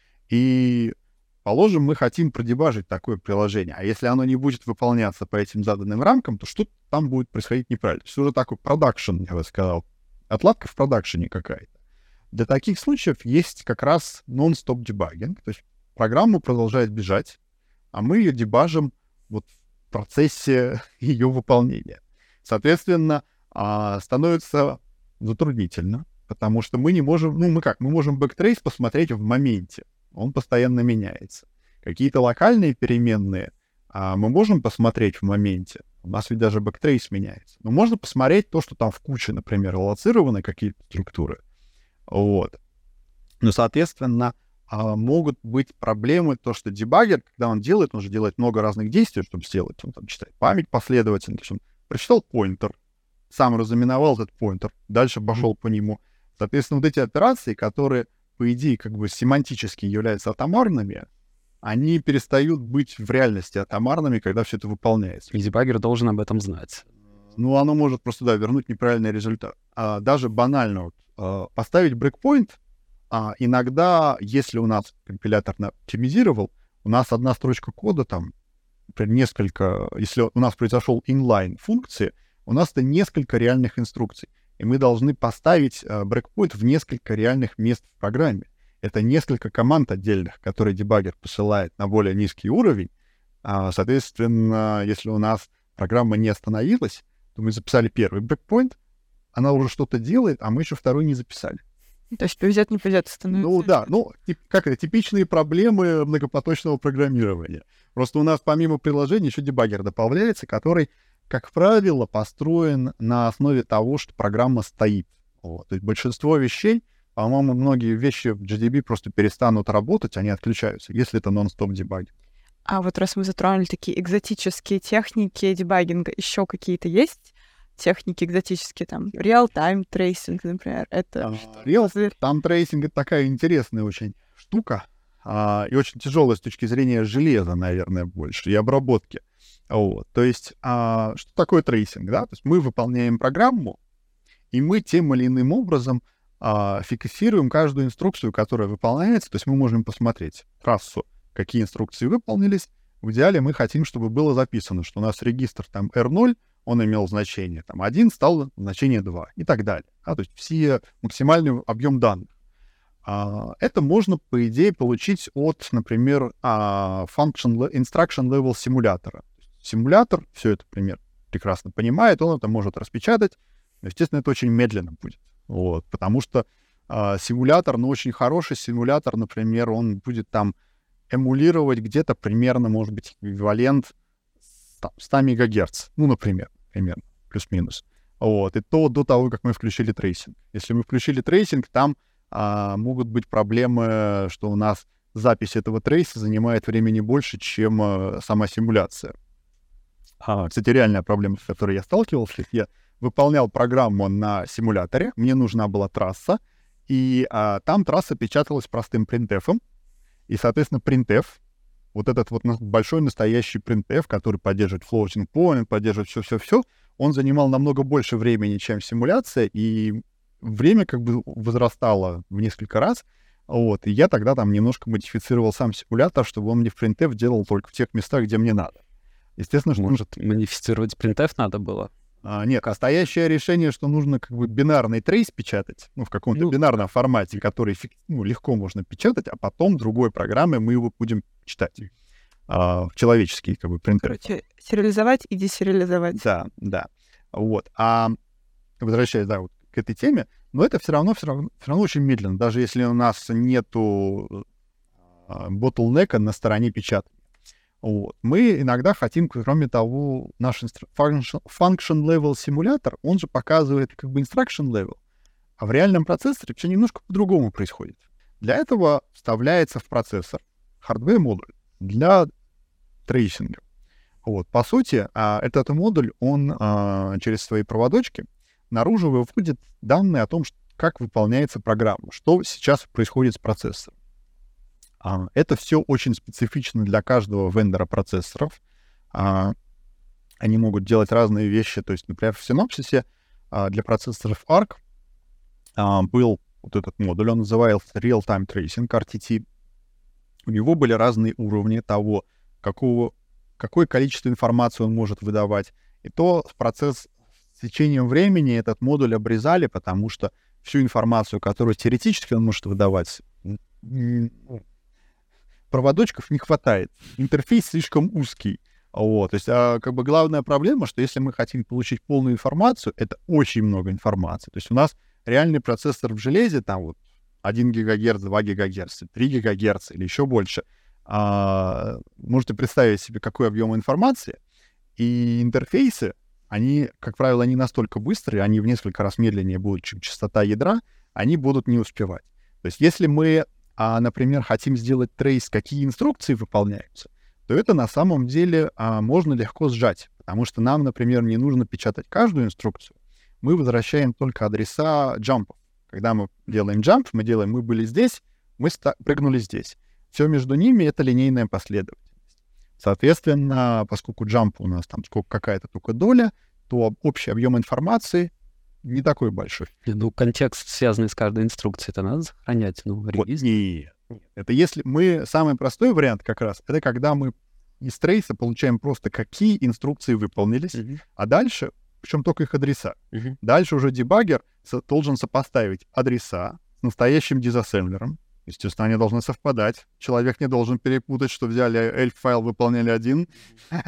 И, положим, мы хотим продебажить такое приложение, а если оно не будет выполняться по этим заданным рамкам, то что-то там будет происходить неправильно. То есть уже такой продакшн, я бы сказал, отладка в продакшене какая-то. Для таких случаев есть как раз non-stop debugging, то есть программа продолжает бежать, а мы ее дебажим вот в процессе ее выполнения. Соответственно, становится затруднительно, потому что мы не можем, ну мы как, мы можем бэктрейс посмотреть в моменте, он постоянно меняется. Какие-то локальные переменные а, мы можем посмотреть в моменте, у нас ведь даже бэктрейс меняется. Но можно посмотреть то, что там в куче, например, аллоцированы какие-то структуры. Вот. Но, соответственно, а, могут быть проблемы, то, что дебаггер, когда он делает, он же делает много разных действий, чтобы сделать. Он там читает память последовательно, то есть он прочитал поинтер, сам разыменовал этот поинтер, дальше пошел mm-hmm. по нему. Соответственно, вот эти операции, которые, по идее, как бы семантически являются атомарными, они перестают быть в реальности атомарными, когда все это выполняется. И дебаггер должен об этом знать. Ну, оно может просто, да, вернуть неправильный результат. А даже банально вот, а, поставить брейкпоинт, а, иногда, если у нас компилятор оптимизировал, у нас одна строчка кода там, например, несколько, если у нас произошел inline функции, у нас это несколько реальных инструкций. И мы должны поставить брейкпоинт в несколько реальных мест в программе. Это несколько команд отдельных, которые дебаггер посылает на более низкий уровень. А, соответственно, если у нас программа не остановилась, то мы записали первый брейкпоинт, она уже что-то делает, а мы еще второй не записали. То есть повезет, не повезет, становится. Ну да, ну тип- как это, типичные проблемы многопоточного программирования. Просто у нас помимо приложения еще дебаггер добавляется, который, как правило, построен на основе того, что программа стоит. Вот. То есть большинство вещей, по-моему, многие вещи в джи ди би просто перестанут работать, они отключаются, если это нон-стоп дебаггер. А вот раз мы затронули такие экзотические техники дебаггинга, еще какие-то есть техники экзотические, там, real-time tracing, например, это... А, real-time tracing — это такая интересная очень штука, а, и очень тяжелая с точки зрения железа, наверное, больше, и обработки. Вот. То есть, а, что такое трейсинг, да? То есть мы выполняем программу, и мы тем или иным образом а, фиксируем каждую инструкцию, которая выполняется. То есть мы можем посмотреть трассу, какие инструкции выполнились. В идеале мы хотим, чтобы было записано, что у нас регистр там эр ноль, он имел значение там один, стал значение два и так далее. А, то есть все максимальный объем данных. А, это можно, по идее, получить от, например, а, function, instruction level симулятора. Симулятор все это, например, прекрасно понимает, он это может распечатать. Естественно, это очень медленно будет. Вот, потому что а, симулятор, ну, очень хороший симулятор, например, он будет там эмулировать где-то примерно, может быть, эквивалент сто мегагерц, ну, например, примерно, плюс-минус. Вот, и то до того, как мы включили трейсинг. Если мы включили трейсинг, там а, могут быть проблемы, что у нас запись этого трейса занимает времени больше, чем а, сама симуляция. А, кстати, реальная проблема, с которой я сталкивался, я выполнял программу на симуляторе, мне нужна была трасса, и а, там трасса печаталась простым printf, и, соответственно, printf, вот этот вот большой настоящий printf, который поддерживает floating point, поддерживает все-все-все, он занимал намного больше времени, чем симуляция, и время как бы возрастало в несколько раз, вот, и я тогда там немножко модифицировал сам симулятор, чтобы он мне в printf делал только в тех местах, где мне надо. Естественно, что... Может, модифицировать printf надо было? А, нет, настоящее решение, что нужно как бы бинарный трейс печатать, ну, в каком-то Ну, бинарном формате, который ну, легко можно печатать, а потом другой программой мы его будем читать. А, в человеческий как бы printf. Короче, сериализовать и десериализовать. Да, да. Вот. А возвращаясь, да, вот к этой теме, но это все равно, все равно, все равно очень медленно, даже если у нас нету ботлнека на стороне печатания. Вот. Мы иногда хотим, кроме того, наш инстру... function, function level симулятор, он же показывает как бы instruction level, а в реальном процессоре все немножко по-другому происходит. Для этого вставляется в процессор hardware модуль для трейсинга. Вот. По сути, этот модуль, он через свои проводочки наружу выводит данные о том, как выполняется программа, что сейчас происходит с процессором. Это все очень специфично для каждого вендора процессоров. Они могут делать разные вещи. То есть, например, в Synopsys для процессоров арк был вот этот модуль, он назывался Real-Time Tracing, ар ти ти. У него были разные уровни того, какого, какое количество информации он может выдавать. И то процесс с течением времени этот модуль обрезали, потому что всю информацию, которую теоретически он может выдавать, проводочков не хватает. Интерфейс слишком узкий. Вот. То есть, а, как бы главная проблема, что если мы хотим получить полную информацию, это очень много информации. То есть у нас реальный процессор в железе, там вот один гигагерц, два гигагерца, три гигагерца или еще больше. А, можете представить себе, какой объем информации. И интерфейсы, они, как правило, не настолько быстрые, они в несколько раз медленнее будут, чем частота ядра, они будут не успевать. То есть если мы, а, например, хотим сделать трейс, какие инструкции выполняются, то это на самом деле а, можно легко сжать, потому что нам, например, не нужно печатать каждую инструкцию, мы возвращаем только адреса джампов. Когда мы делаем джамп, мы делаем, мы были здесь, мы ста- прыгнули здесь. Все между ними — это линейная последовательность. Соответственно, поскольку джамп у нас там сколько какая-то только доля, то общий объем информации не такой большой. Ну, контекст, связанный с каждой инструкцией, это надо сохранять, ну, в Вот, регистре. нет. Это если мы... Самый простой вариант как раз, это когда мы из трейса получаем просто, какие инструкции выполнились, Мгм. а дальше, причем только их адреса. Мгм. Дальше уже дебаггер со- должен сопоставить адреса с настоящим дизассемблером. Естественно, они должны совпадать. Человек не должен перепутать, что взяли эльф-файл, выполняли один,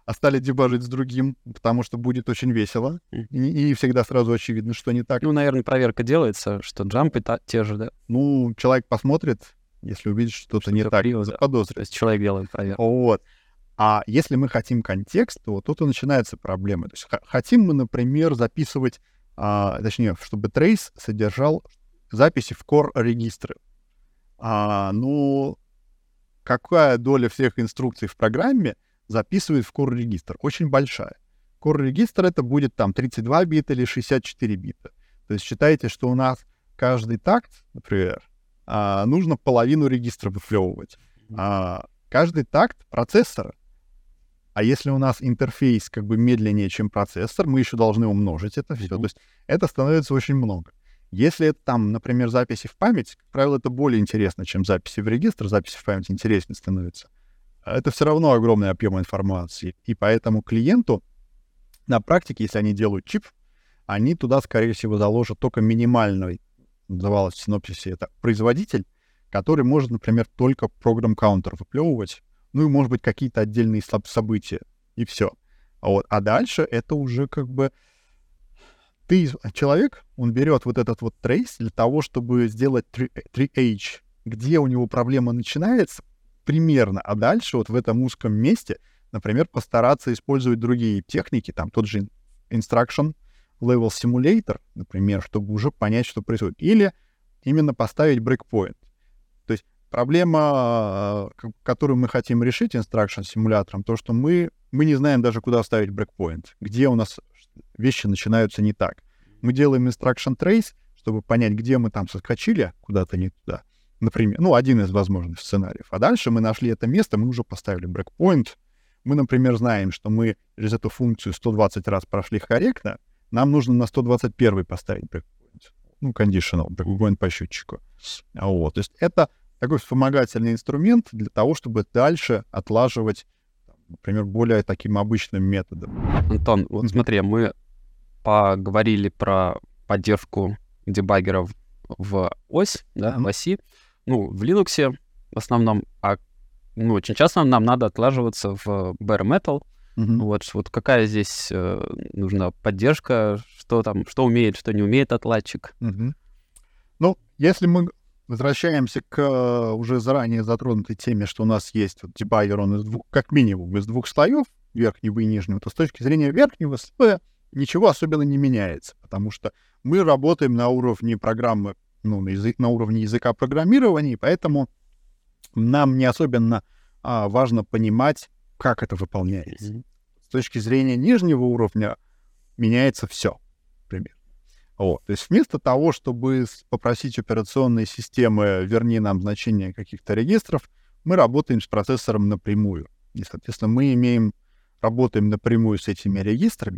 а стали дебажить с другим, потому что будет очень весело, и, и всегда сразу очевидно, что не так. Ну, наверное, проверка делается, что джампы та- те же, да? Ну, человек посмотрит, если увидит что-то Что-то не так, криво, да. заподозрит. То есть человек делает проверку. Вот. А если мы хотим контекст, то вот тут и начинаются проблемы. То есть х- хотим мы, например, записывать, а, точнее, чтобы трейс содержал записи в core-регистры. А, ну, какая доля всех инструкций в программе записывает в core-регистр? Очень большая. Core-регистр — это будет там тридцать два бита или шестьдесят четыре бита. То есть считайте, что у нас каждый такт, например, а, нужно половину регистра выплевывать. А, каждый такт процессора. А если у нас интерфейс как бы медленнее, чем процессор, мы еще должны умножить это все. То есть это становится очень много. Если это там, например, записи в память, как правило, это более интересно, чем записи в регистр. Записи в память интереснее становятся. Это все равно огромный объем информации. И поэтому клиенту на практике, если они делают чип, они туда, скорее всего, заложат только минимальный, называлось в синопсисе, это производитель, который может, например, только программ-каунтер выплевывать, ну и, может быть, какие-то отдельные события, и все. Вот. А дальше это уже как бы ты, человек, он берет вот этот вот трейс для того, чтобы сделать три эйч, где у него проблема начинается примерно, а дальше вот в этом узком месте, например, постараться использовать другие техники, там тот же Instruction Level Simulator, например, чтобы уже понять, что происходит. Или именно поставить breakpoint. То есть проблема, которую мы хотим решить Instruction симулятором, то, что мы, мы не знаем даже, куда ставить breakpoint, где у нас вещи начинаются не так. Мы делаем Instruction Trace, чтобы понять, где мы там соскочили куда-то не туда. Например, ну, один из возможных сценариев. А дальше мы нашли это место, мы уже поставили breakpoint. Мы, например, знаем, что мы через эту функцию сто двадцать раз прошли корректно, нам нужно на сто двадцать первый поставить breakpoint. Ну, conditional breakpoint по счетчику. Вот. То есть это такой вспомогательный инструмент для того, чтобы дальше отлаживать, например, более таким обычным методом. Антон, вот смотри, мы поговорили про поддержку дебаггеров в ось, да, в оси, ну, в Linux в основном, а ну, очень часто нам надо отлаживаться в bare metal. Uh-huh. Вот, вот какая здесь э, нужна поддержка, что там, что умеет, что не умеет отладчик. Uh-huh. Ну, если мы возвращаемся к uh, уже заранее затронутой теме, что у нас есть вот дебаггер, он из двух, как минимум из двух слоев, верхнего и нижнего, то с точки зрения верхнего слоя ничего особенно не меняется, потому что мы работаем на уровне программы, ну, на, язык, на уровне языка программирования, и поэтому нам не особенно а, важно понимать, как это выполняется. Mm-hmm. С точки зрения нижнего уровня меняется все, примерно. Вот. То есть вместо того, чтобы попросить операционные системы верни нам значение каких-то регистров, мы работаем с процессором напрямую. И, соответственно, мы имеем, работаем напрямую с этими регистрами.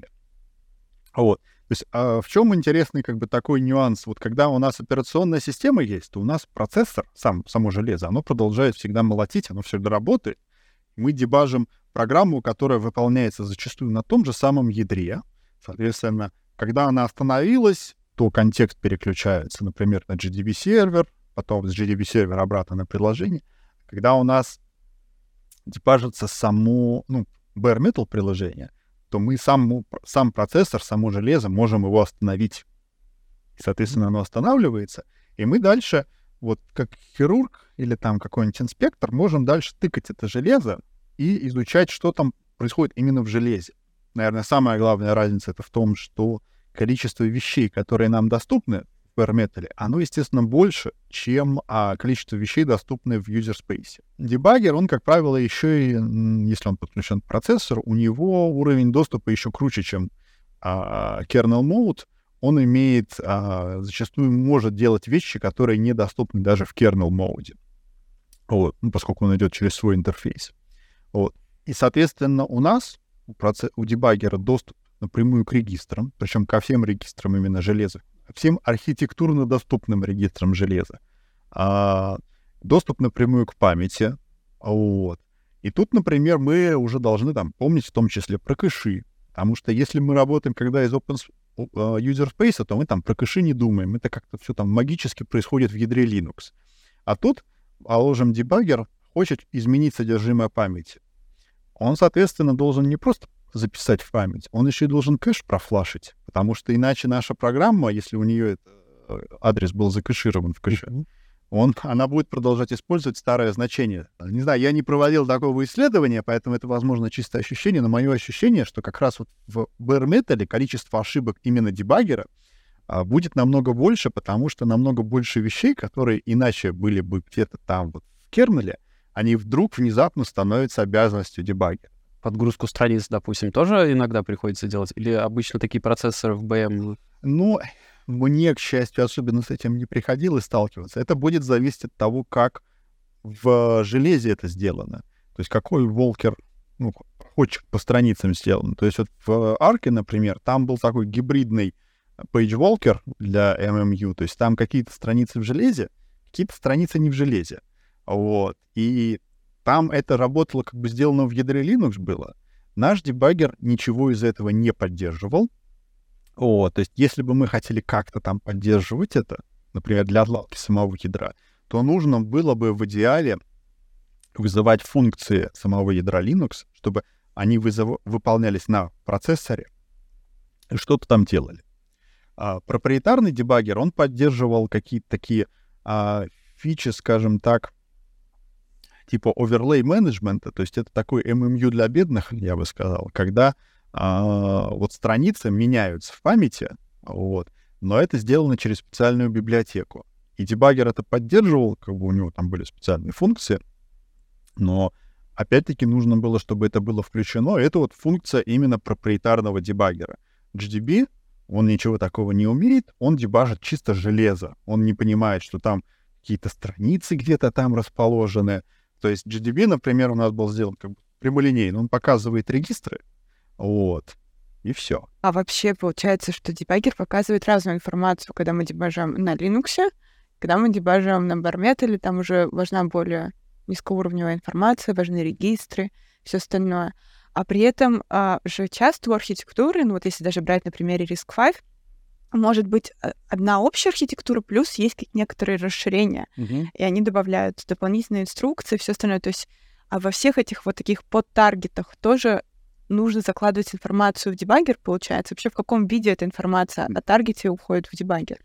Вот. То есть а в чем интересный как бы такой нюанс? Вот когда у нас операционная система есть, то у нас процессор, сам, само железо, оно продолжает всегда молотить, оно всегда работает. Мы дебажим программу, которая выполняется зачастую на том же самом ядре. Соответственно, когда она остановилась, то контекст переключается, например, на джи ди би-сервер, потом с джи ди би-сервера обратно на приложение. Когда у нас дебажится само, ну, bare metal приложение, то мы сам, сам процессор, само железо можем его остановить. И, соответственно, оно останавливается, и мы дальше, вот как хирург или там какой-нибудь инспектор, можем дальше тыкать это железо и изучать, что там происходит именно в железе. Наверное, самая главная разница это в том, что количество вещей, которые нам доступны в bare metal, оно, естественно, больше, чем а, количество вещей, доступны в user space. Дебаггер, он, как правило, еще и, если он подключен к процессору, у него уровень доступа еще круче, чем а, kernel mode. Он имеет, а, зачастую может делать вещи, которые недоступны даже в kernel mode. Вот, ну, поскольку он идет через свой интерфейс. Вот. И, соответственно, у нас, у, проце- у дебаггера доступ напрямую к регистрам, причем ко всем регистрам именно железа, всем архитектурно доступным регистрам железа. А, доступ напрямую к памяти. Вот. И тут, например, мы уже должны там помнить в том числе про кэши. Потому что если мы работаем когда из open user space, то мы там про кэши не думаем. Это как-то все там магически происходит в ядре Linux. А тут, положим, дебаггер хочет изменить содержимое памяти. он, соответственно, должен не просто записать в память, он еще и должен кэш профлашить, потому что иначе наша программа, если у нее адрес был закэширован в кэше, он, она будет продолжать использовать старое значение. Не знаю, я не проводил такого исследования, поэтому это, возможно, чистое ощущение, но мое ощущение, что как раз вот в bare metal количество ошибок именно дебаггера а, будет намного больше, потому что намного больше вещей, которые иначе были бы где-то там вот в кернеле, они вдруг внезапно становятся обязанностью дебаггера. Подгрузку страниц, допустим, тоже иногда приходится делать? Или обычно такие процессоры в би эм? Ну, мне, к счастью, особенно с этим не приходилось сталкиваться. Это будет зависеть от того, как в железе это сделано. То есть какой волкер, ну, проходчик по страницам сделан. То есть вот в Арке, например, там был такой гибридный page-walker для эм эм ю. То есть там какие-то страницы в железе, какие-то страницы не в железе. Вот. И там это работало, как бы сделано в ядре Linux было. Наш дебаггер ничего из этого не поддерживал. О, то есть если бы мы хотели как-то там поддерживать это, например, для отладки самого ядра, то нужно было бы в идеале вызывать функции самого ядра Linux, чтобы они вызов... выполнялись на процессоре и что-то там делали. А, проприетарный дебаггер, он поддерживал какие-то такие а, фичи, скажем так, типа overlay менеджмента, то есть это такой эм эм ю для бедных, я бы сказал, когда а, вот страницы меняются в памяти, вот, но это сделано через специальную библиотеку. И дебаггер это поддерживал, как бы у него там были специальные функции, но опять-таки нужно было, чтобы это было включено. Это вот функция именно проприетарного дебаггера. джи ди би, он ничего такого не умеет, он дебажит чисто железо. Он не понимает, что там какие-то страницы где-то там расположены. То есть джи ди би, например, у нас был сделан как бы прямолинейно. Он показывает регистры, вот, и все. А вообще получается, что дебаггер показывает разную информацию, когда мы дебажим на Linux, когда мы дебажим на bare metal, там уже важна более низкоуровневая информация, важны регистры, все остальное. А при этом а, же часто у архитектуры, ну вот если даже брать на примере риск пять, может быть одна общая архитектура, плюс есть некоторые расширения, Угу. и они добавляют дополнительные инструкции, все остальное. То есть а во всех этих вот таких подтаргетах тоже нужно закладывать информацию в дебаггер, получается? Вообще в каком виде эта информация о таргете уходит в дебаггер?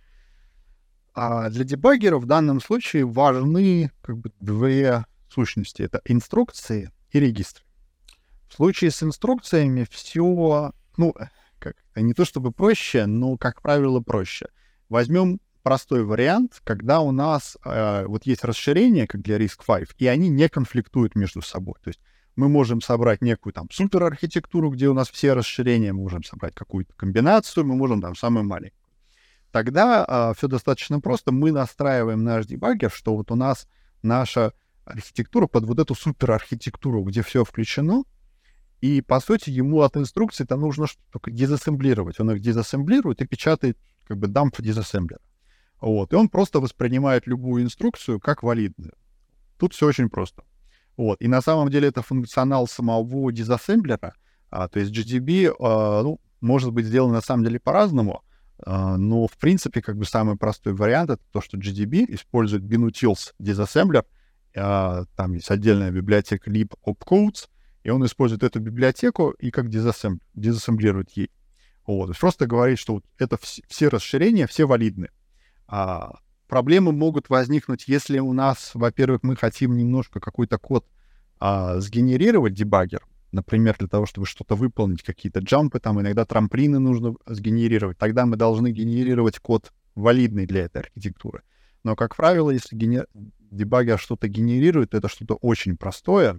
А для дебаггера в данном случае важны как бы две сущности. Это инструкции и регистры. В случае с инструкциями все, ну, как, не то чтобы проще, но, как правило, проще. Возьмем простой вариант, когда у нас э, вот есть расширения, как для риск пять, и они не конфликтуют между собой. То есть мы можем собрать некую там суперархитектуру, где у нас все расширения, мы можем собрать какую-то комбинацию, мы можем там самую маленькую. Тогда э, все достаточно просто. Мы настраиваем наш дебаггер, что вот у нас наша архитектура под вот эту суперархитектуру, где все включено, и, по сути, ему от инструкции-то нужно только дизассемблировать. Он их дизассемблирует и печатает как бы дамп дизассемблера. Вот. И он просто воспринимает любую инструкцию как валидную. Тут все очень просто. Вот. И на самом деле это функционал самого дизассемблера. А, то есть джи ди би а, ну, может быть сделан на самом деле по-разному, а, но в принципе как бы самый простой вариант — это то, что джи ди би использует binutils disassembler. А, там есть отдельная библиотека libopcodes, и он использует эту библиотеку и как дизассемблер, дизассемблирует ей. Вот. То есть просто говорит, что вот это вс- все расширения, все валидны. А, проблемы могут возникнуть, если у нас, во-первых, мы хотим немножко какой-то код а, сгенерировать дебаггер, например, для того, чтобы что-то выполнить, какие-то джампы, там иногда трамплины нужно сгенерировать, тогда мы должны генерировать код валидный для этой архитектуры. Но, как правило, если генер... дебаггер что-то генерирует, это что-то очень простое,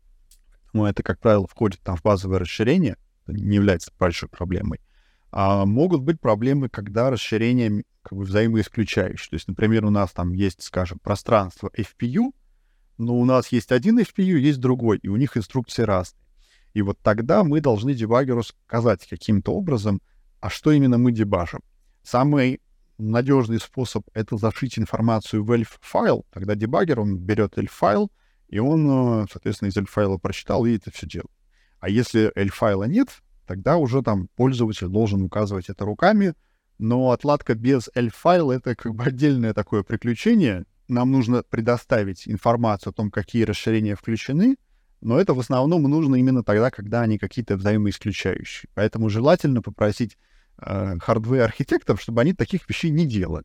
но это, как правило, входит там в базовое расширение, это не является большой проблемой. А могут быть проблемы, когда расширение как бы взаимоисключающее. То есть, например, у нас там есть, скажем, пространство эф пи ю, но у нас есть один эф пи ю, есть другой, и у них инструкции разные. И вот тогда мы должны дебаггеру сказать каким-то образом, а что именно мы дебажим. Самый надежный способ — это зашить информацию в эльф-файл. Тогда дебаггер, он берет эльф-файл, и он, соответственно, из эльф-файла прочитал и это все делает. А если эльф-файла нет, тогда уже там пользователь должен указывать это руками, но отладка без эльф-файла — это как бы отдельное такое приключение. Нам нужно предоставить информацию о том, какие расширения включены, но это в основном нужно именно тогда, когда они какие-то взаимоисключающие. Поэтому желательно попросить э, хардвер-архитекторов, чтобы они таких вещей не делали.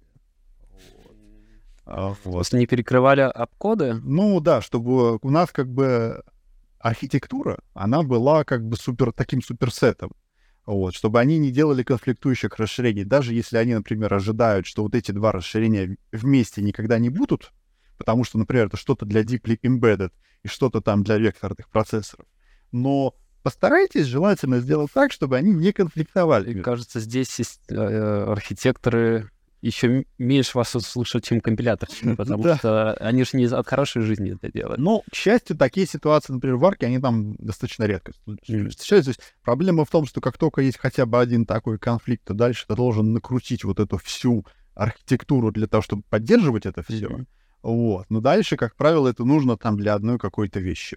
А, вот. Просто не перекрывали обкоды? Ну да, чтобы у нас как бы архитектура, она была как бы супер, таким суперсетом. Вот, чтобы они не делали конфликтующих расширений. Даже если они, например, ожидают, что вот эти два расширения вместе никогда не будут, потому что, например, это что-то для deeply embedded и что-то там для векторных процессоров. Но постарайтесь желательно сделать так, чтобы они не конфликтовали. Мне кажется, здесь есть, э, архитекторы еще меньше вас слушают, чем компиляторщики, потому Да. что они же не от хорошей жизни это делают. Но, к счастью, такие ситуации, например, в Арке, они там достаточно редко встречаются. То есть проблема в том, что как только есть хотя бы один такой конфликт, то дальше ты должен накрутить вот эту всю архитектуру для того, чтобы поддерживать это все. Mm-hmm. Вот. Но дальше, как правило, это нужно там для одной какой-то вещи.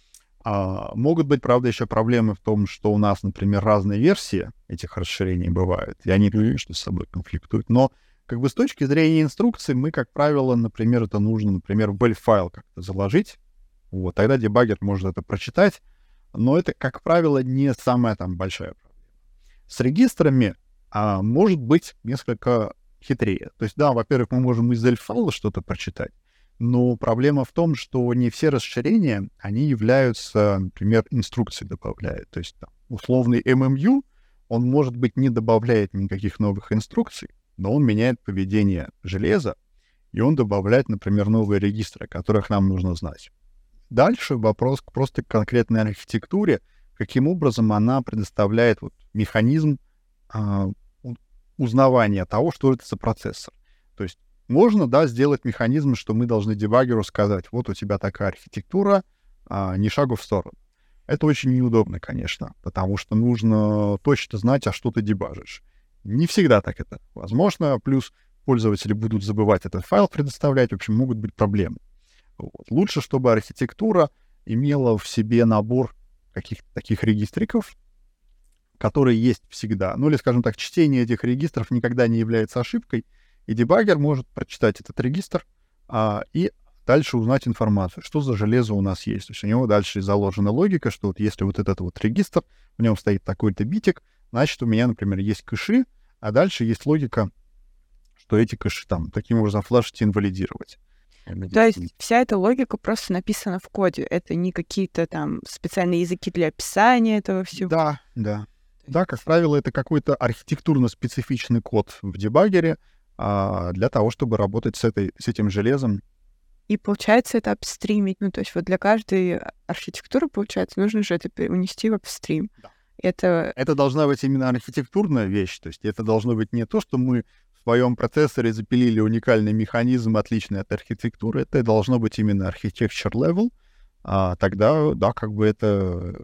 А, могут быть, правда, еще проблемы в том, что у нас, например, разные версии этих расширений бывают, и они, конечно, с собой конфликтуют. Но как бы с точки зрения инструкций мы, как правило, например, это нужно, например, в бэль-файл как-то заложить. Вот, тогда дебаггер может это прочитать, но это, как правило, не самая там большая проблема. С регистрами а, может быть несколько хитрее. То есть, да, во-первых, мы можем из эль-файла что-то прочитать, но проблема в том, что не все расширения, они являются, например, инструкции добавляют. То есть, там, условный эм эм ю, он, может быть, не добавляет никаких новых инструкций, но он меняет поведение железа, и он добавляет, например, новые регистры, о которых нам нужно знать. Дальше вопрос к просто конкретной архитектуре, каким образом она предоставляет вот механизм а, узнавания того, что это за процессор. То есть можно, да, сделать механизм, что мы должны дебаггеру сказать, вот у тебя такая архитектура, а, ни шагу в сторону. Это очень неудобно, конечно, потому что нужно точно знать, а что ты дебажишь. Не всегда так это возможно, плюс пользователи будут забывать этот файл предоставлять, в общем, могут быть проблемы. Вот. Лучше, чтобы архитектура имела в себе набор каких-то таких регистриков, которые есть всегда. Ну или, скажем так, чтение этих регистров никогда не является ошибкой, и дебаггер может прочитать этот регистр а, и дальше узнать информацию, что за железо у нас есть. То есть у него дальше заложена логика, что вот если вот этот вот регистр, в нем стоит такой-то битик, значит, у меня, например, есть кэши, а дальше есть логика, что эти кэши там таким образом флешить и инвалидировать. То есть вся эта логика просто написана в коде. Это не какие-то там специальные языки для описания этого всего. Да, да. Да, как правило, это какой-то архитектурно-специфичный код в дебаггере а, для того, чтобы работать с, этой, с этим железом. И получается это апстримить. Ну, то есть вот для каждой архитектуры, получается, нужно же это унести в апстрим. Да. Это... это должна быть именно архитектурная вещь, то есть это должно быть не то, что мы в своем процессоре запилили уникальный механизм, отличный от архитектуры, это должно быть именно architecture level, а тогда, да, как бы это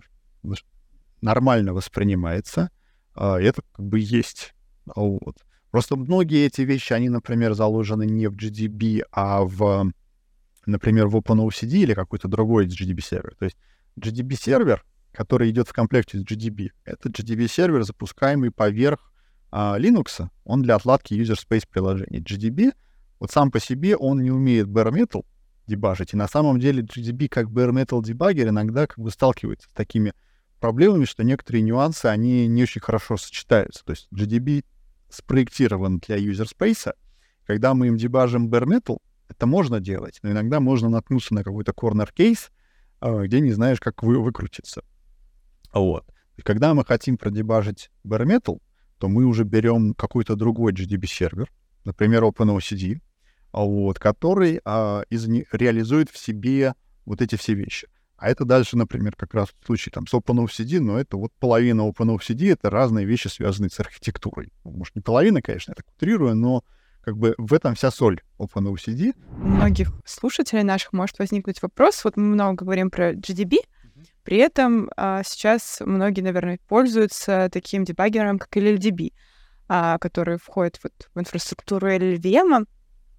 нормально воспринимается, а это как бы есть. Вот. Просто многие эти вещи, они, например, заложены не в джи ди би, а в, например, в OpenOCD или какой-то другой джи ди би-сервер. То есть джи ди би-сервер, который идет в комплекте с джи ди би. Это джи ди би-сервер, запускаемый поверх а, Linux. Он для отладки user space приложений. джи ди би, вот сам по себе, он не умеет bare metal дебажить. И на самом деле джи ди би как bare metal дебаггер иногда как бы сталкивается с такими проблемами, что некоторые нюансы, они не очень хорошо сочетаются. То есть джи ди би спроектирован для user space. Когда мы им дебажим bare metal, это можно делать, но иногда можно наткнуться на какой-то corner case, а, где не знаешь, как вы выкрутиться. Вот. И когда мы хотим продебажить bare metal, то мы уже берем какой-то другой джи ди би-сервер, например, OpenOCD, вот, который а, из, реализует в себе вот эти все вещи. А это дальше, например, как раз в случае там, с OpenOCD, но это вот половина OpenOCD — это разные вещи, связанные с архитектурой. Может, не половина, конечно, я так утрирую, но как бы в этом вся соль OpenOCD. У многих слушателей наших может возникнуть вопрос. Вот мы много говорим про джи ди би, mm-hmm. при этом а, сейчас многие, наверное, пользуются таким дебаггером, как эл эл ди би, а, который входит вот в инфраструктуру эл эл ви эм.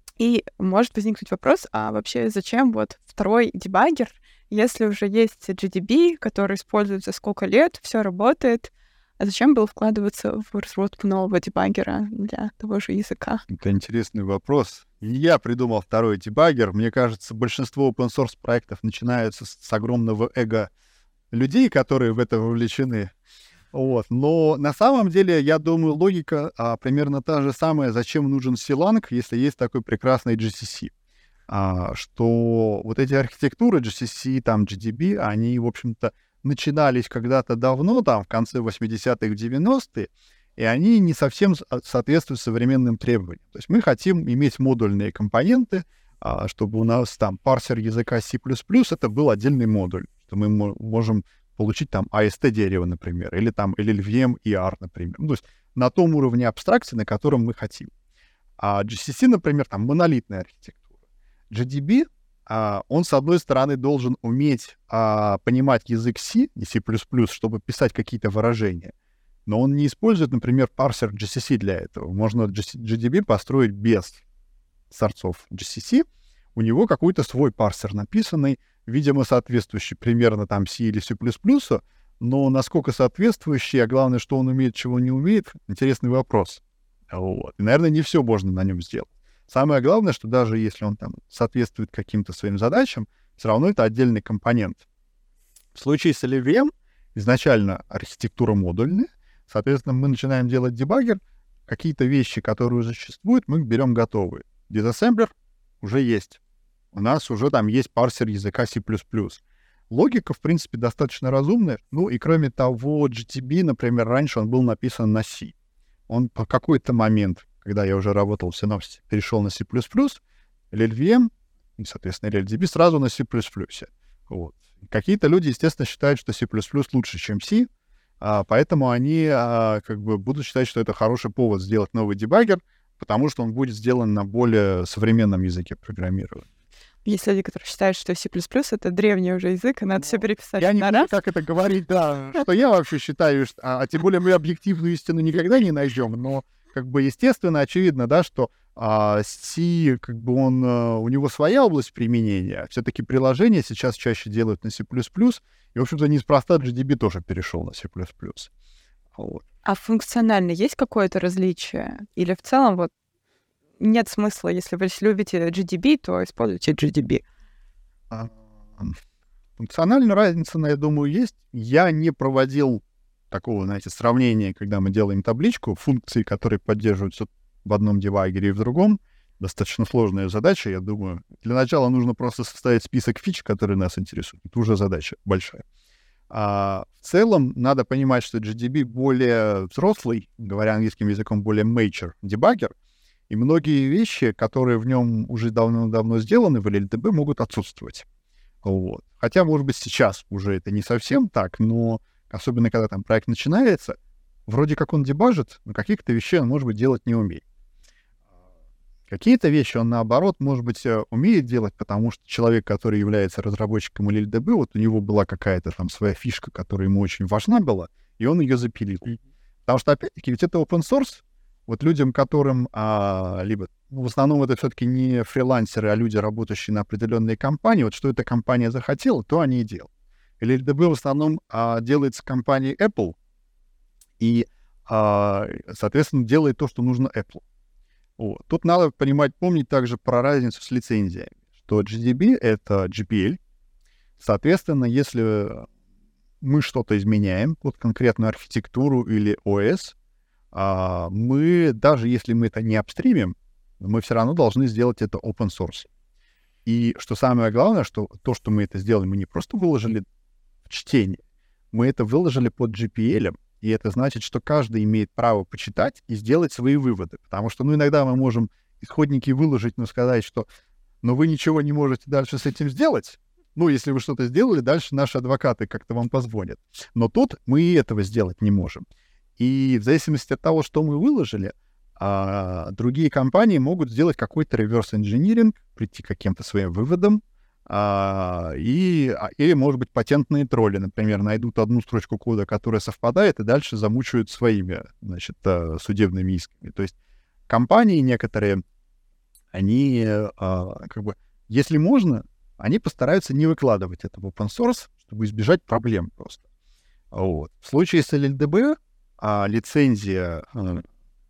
И может возникнуть вопрос, а вообще зачем вот второй дебаггер, если уже есть джи ди би, который используется сколько лет, все работает, А зачем было вкладываться в разработку нового дебаггера для того же языка? Это интересный вопрос. Я придумал второй дебаггер. Мне кажется, большинство open-source проектов начинаются с, с огромного эго людей, которые в это вовлечены. Вот. Но на самом деле, я думаю, логика а, примерно та же самая, зачем нужен Clang, если есть такой прекрасный джи си си. А, что вот эти архитектуры джи си си, там, джи ди би, они, в общем-то, начинались когда-то давно, там, в конце восьмидесятых, девяностых, и они не совсем соответствуют современным требованиям. То есть мы хотим иметь модульные компоненты, а, чтобы у нас там парсер языка C++ это был отдельный модуль, что мы можем получить там эй эс ти-дерево, например, или там эл эл ви эм и ар, например. Ну, то есть на том уровне абстракции, на котором мы хотим. А джи си си, например, там монолитная архитектура. джи ди би, а, он, с одной стороны, должен уметь а, понимать язык C и C++, чтобы писать какие-то выражения, но он не использует, например, парсер джи си си для этого. Можно джи ди би построить без сорцов джи си си. У него какой-то свой парсер написанный, видимо, соответствующий примерно там C или C++, но насколько соответствующий, а главное, что он умеет, чего не умеет, интересный вопрос. Вот. И, наверное, не все можно на нем сделать. Самое главное, что даже если он там соответствует каким-то своим задачам, все равно это отдельный компонент. В случае с эл эл ви эм изначально архитектура модульная, соответственно, мы начинаем делать дебаггер, какие-то вещи, которые уже существуют, мы берем готовые. Дизассемблер уже есть. У нас уже там есть парсер языка C++. Логика, в принципе, достаточно разумная. Ну и кроме того, джи ти би, например, раньше он был написан на C. Он по какой-то момент, когда я уже работал в Synopsys, перешел на C++, эл эл ви эм и, соответственно, эл эл ди би сразу на C++. Вот. Какие-то люди, естественно, считают, что C++ лучше, чем C, а, поэтому они а, как бы будут считать, что это хороший повод сделать новый дебаггер, потому что он будет сделан на более современном языке программирования. Есть люди, которые считают, что C++ — это древний уже язык, и надо все переписать. Я не на знаю, раз. как это говорить, да, что я вообще считаю, что, а, а тем более мы объективную истину никогда не найдем, но как бы естественно, очевидно, да, что а, C, как бы он, а, у него своя область применения, все-таки приложения сейчас чаще делают на C++, и, в общем-то, неспроста джи ди би тоже перешел на C++. Вот. А функционально есть какое-то различие? Или в целом вот нет смысла, если вы любите джи ди би, то используйте джи ди би? А, функциональная разница, я думаю, есть. Я не проводил такого, знаете, сравнения, когда мы делаем табличку функций, которые поддерживаются в одном дебаггере и в другом. Достаточно сложная задача, я думаю. Для начала нужно просто составить список фич, которые нас интересуют. Это уже задача большая. А в целом надо понимать, что джи ди би более взрослый, говоря английским языком, более mature дебаггер, и многие вещи, которые в нем уже давно-давно сделаны в эл эл ди би, могут отсутствовать. Вот. Хотя, может быть, сейчас уже это не совсем так, но особенно когда там проект начинается, вроде как он дебажит, но каких-то вещей он, может быть, делать не умеет. Какие-то вещи он, наоборот, может быть, умеет делать, потому что человек, который является разработчиком эл эл ди би, вот у него была какая-то там своя фишка, которая ему очень важна была, и он ее запилил. Потому что, опять-таки, ведь это open source. Вот людям, которым а, либо, ну, в основном это все-таки не фрилансеры, а люди, работающие на определенные компании, вот что эта компания захотела, то они и делают. эл эл ди би в основном а, делается компанией Apple, и, а, соответственно, делает то, что нужно Apple. Вот. Тут надо понимать, помнить также про разницу с лицензиями, что джи ди би — это джи пи эл. Соответственно, если мы что-то изменяем под конкретную архитектуру или о эс, а, мы, даже если мы это не апстримим, мы все равно должны сделать это open source. И что самое главное, что то, что мы это сделали, мы не просто выложили в чтение, мы это выложили под джи пи эл, и это значит, что каждый имеет право почитать и сделать свои выводы. Потому что, ну, иногда мы можем исходники выложить, но сказать, что ну, вы ничего не можете дальше с этим сделать. Ну, если вы что-то сделали, дальше наши адвокаты как-то вам позвонят. Но тут мы и этого сделать не можем. И в зависимости от того, что мы выложили, а, другие компании могут сделать какой-то реверс-инжиниринг, прийти к каким-то своим выводам, а, и, а, или, может быть, патентные тролли, например, найдут одну строчку кода, которая совпадает, и дальше замучают своими, значит, а, судебными исками. То есть компании некоторые, они, а, как бы, если можно, они постараются не выкладывать это в open source, чтобы избежать проблем просто. Вот. В случае с эл эл ди би а, лицензия, а,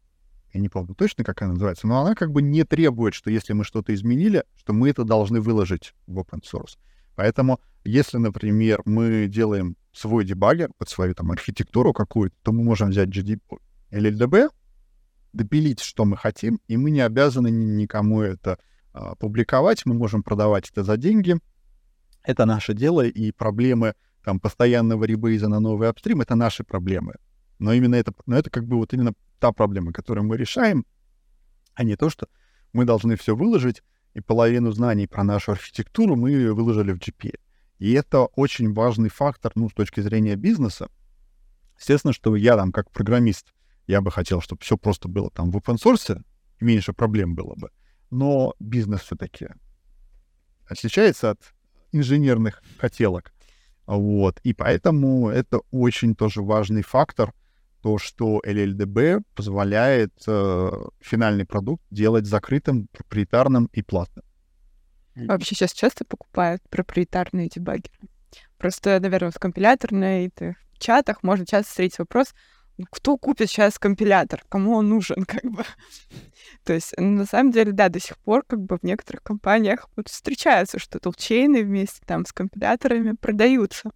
я не помню точно, как она называется, но она как бы не требует, что если мы что-то изменили, что мы это должны выложить в open source. Поэтому, если, например, мы делаем свой дебаггер под свою там архитектуру какую-то, то мы можем взять джи ди би, эл эл ди би, допилить, что мы хотим, и мы не обязаны никому это а, публиковать, мы можем продавать это за деньги. Это наше дело, и проблемы там постоянного ребейза на новый апстрим — это наши проблемы. Но именно это, но это как бы вот именно та проблема, которую мы решаем, а не то, что мы должны все выложить, и половину знаний про нашу архитектуру мы выложили в джи пи. И это очень важный фактор, ну, с точки зрения бизнеса. Естественно, что я там, как программист, я бы хотел, чтобы все просто было там в open source, меньше проблем было бы. Но бизнес все-таки отличается от инженерных хотелок. Вот. И поэтому это очень тоже важный фактор, то, что эл эл ди би позволяет э, финальный продукт делать закрытым, проприетарным и платным. Вообще сейчас часто покупают проприетарные дебаггеры. Просто, наверное, в компиляторной в чатах можно часто встретить вопрос, кто купит сейчас компилятор, кому он нужен, как бы. То есть, на самом деле, да, до сих пор как бы в некоторых компаниях вот встречается, что толчейны вместе там с компиляторами продаются.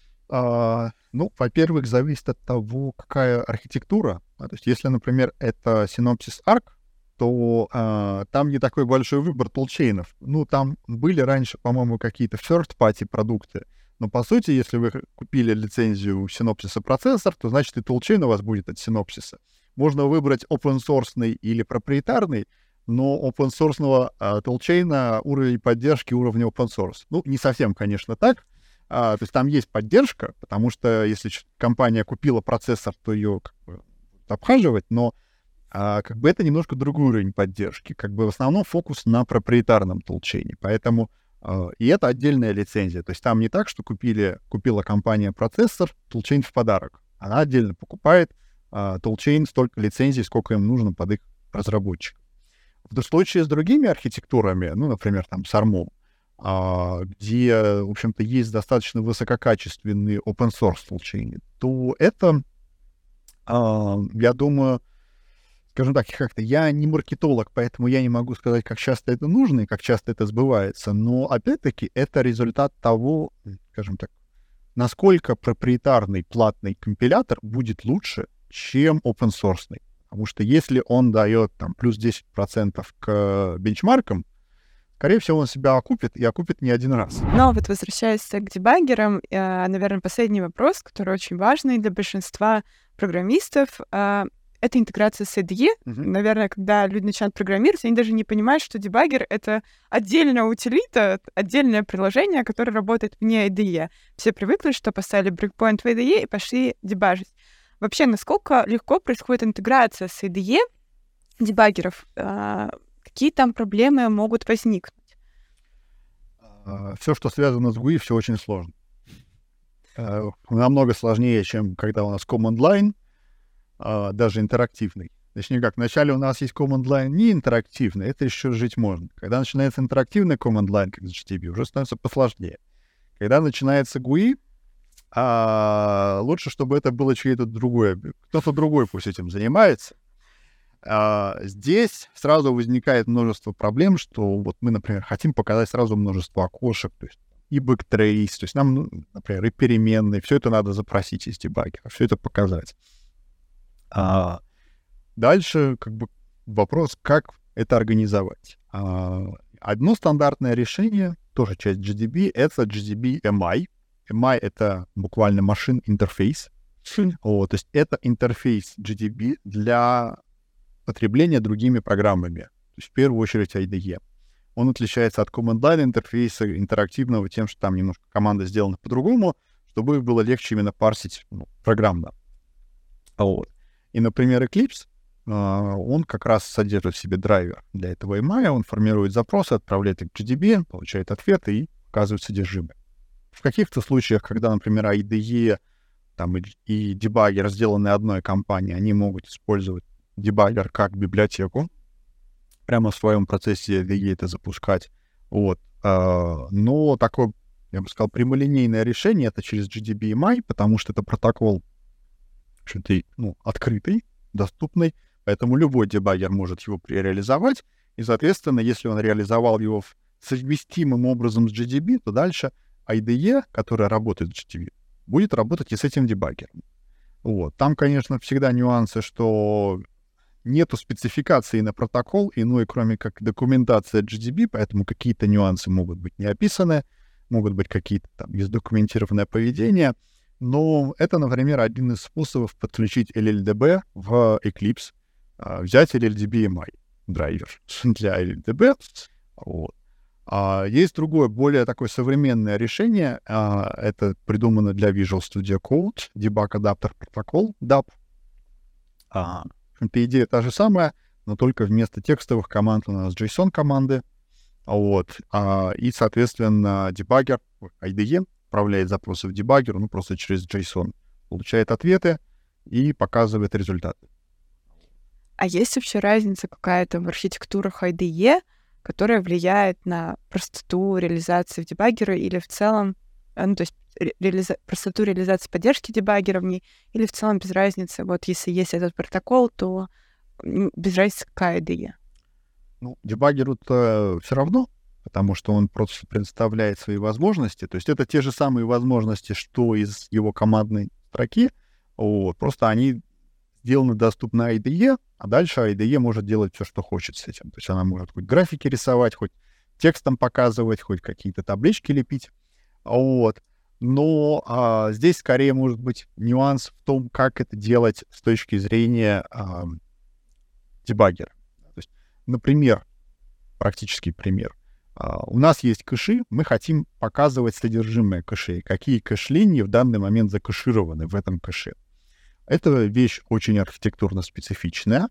А, ну, во-первых, зависит от того, какая архитектура. А, то есть, если, например, это Synopsys Arc, то а, там не такой большой выбор толчейнов. Ну, там были раньше, по-моему, какие-то third-party продукты. Но, по сути, если вы купили лицензию у Synopsys процессор, то, значит, и толчейн у вас будет от Synopsys. Можно выбрать open-source или проприетарный, но open-source а, толчейна уровень поддержки уровня open-source. Ну, не совсем, конечно, так. А, то есть там есть поддержка, потому что если компания купила процессор, то ее как бы обхаживать, но а, как бы это немножко другой уровень поддержки. Как бы в основном фокус на проприетарном толчейне. Поэтому Uh, и это отдельная лицензия. То есть там не так, что купили, купила компания процессор, толчейн в подарок. Она отдельно покупает uh, толчейн столько лицензий, сколько им нужно под их разработчиков. В случае с другими архитектурами, ну, например, там с арм, uh, где, в общем-то, есть достаточно высококачественные open-source толчейны, то это, uh, я думаю, скажем так, как-то я не маркетолог, поэтому я не могу сказать, как часто это нужно и как часто это сбывается. Но, опять-таки, это результат того, скажем так, насколько проприетарный платный компилятор будет лучше, чем open-source. Потому что если он дает там, плюс десять процентов к бенчмаркам, скорее всего, он себя окупит и окупит не один раз. Но вот возвращаясь к дебаггерам, наверное, последний вопрос, который очень важный для большинства программистов — это интеграция с ай ди и. Uh-huh. Наверное, когда люди начинают программировать, они даже не понимают, что дебаггер — это отдельная утилита, отдельное приложение, которое работает вне ай ди и. Все привыкли, что поставили брейкпоинт в ай ди и и пошли дебажить. Вообще, насколько легко происходит интеграция с ай ди и дебаггеров? Какие там проблемы могут возникнуть? Все, что связано с джи ю ай, все очень сложно. Намного сложнее, чем когда у нас command line, Uh, даже интерактивный. Точнее как, вначале у нас есть command line не интерактивный, это еще жить можно. Когда начинается интерактивный command line, как джи ти би, уже становится посложнее. Когда начинается джи ю ай, uh, лучше, чтобы это было чье-то другое, кто-то другой пусть этим занимается. Uh, здесь сразу возникает множество проблем, что вот мы, например, хотим показать сразу множество окошек, то есть и backtrace, то есть нам, ну, например, и переменные, все это надо запросить из дебаггера, все это показать. А дальше как бы вопрос, как это организовать. А, одно стандартное решение, тоже часть джи ди би, это джи ди би эм ай. эм ай — это буквально machine interface. Вот, то есть это интерфейс джи ди би для потребления другими программами. То есть в первую очередь ай ди и. Он отличается от command-line интерфейса интерактивного тем, что там немножко команда сделана по-другому, чтобы было легче именно парсить, ну, программно. Вот. И, например, Eclipse, uh, он как раз содержит в себе драйвер для этого эм ай, он формирует запросы, отправляет их в джи ди би, получает ответы и показывает содержимое. В каких-то случаях, когда, например, ай ди и там, и, и дебаггер, сделанные одной компанией, они могут использовать дебаггер как библиотеку, прямо в своем процессе ай ди и это запускать. Вот. Uh, но такое, я бы сказал, прямолинейное решение — это через джи ди би эм ай, потому что это протокол общем-то, ну, открытый, доступный, поэтому любой дебаггер может его реализовать, и, соответственно, если он реализовал его совместимым образом с джи ди би, то дальше ай ди и, которая работает с джи ди би, будет работать и с этим дебаггером. Вот. Там, конечно, всегда нюансы, что нету спецификации на протокол, иной, кроме как документация джи ди би, поэтому какие-то нюансы могут быть не описаны, могут быть какие-то там несдокументированное поведение, но это, например, один из способов подключить эл эл ди би в Eclipse, взять эл эл ди би эм ай драйвер для эл эл ди би. Вот. А есть другое, более такое современное решение, а, это придумано для Visual Studio Code, Debug Adapter Protocol, дап. А, по идее та же самая, но только вместо текстовых команд у нас JSON-команды. Вот. А, и, соответственно, дебаггер, ай ди и, отправляет запросы в дебаггер, ну, просто через JSON, получает ответы и показывает результаты. А есть вообще разница какая-то в архитектурах ай ди и, которая влияет на простоту реализации в дебаггере или в целом, ну, то есть реализа... простоту реализации поддержки дебаггера в ней, или в целом без разницы? Вот если есть этот протокол, то без разницы, какая ай ди и. Ну, дебаггеру-то все равно, потому что он просто представляет свои возможности. То есть это те же самые возможности, что из его командной строки. Вот. Просто они сделаны доступно ай ди и, а дальше ай ди и может делать все, что хочет с этим. То есть она может хоть графики рисовать, хоть текстом показывать, хоть какие-то таблички лепить. Вот. Но а, здесь скорее может быть нюанс в том, как это делать с точки зрения а, дебаггера. То есть, например, практический пример. А, у нас есть кэши, мы хотим показывать содержимое кэшей, какие кэш-линии в данный момент закэшированы в этом кэше. Это вещь очень архитектурно специфичная.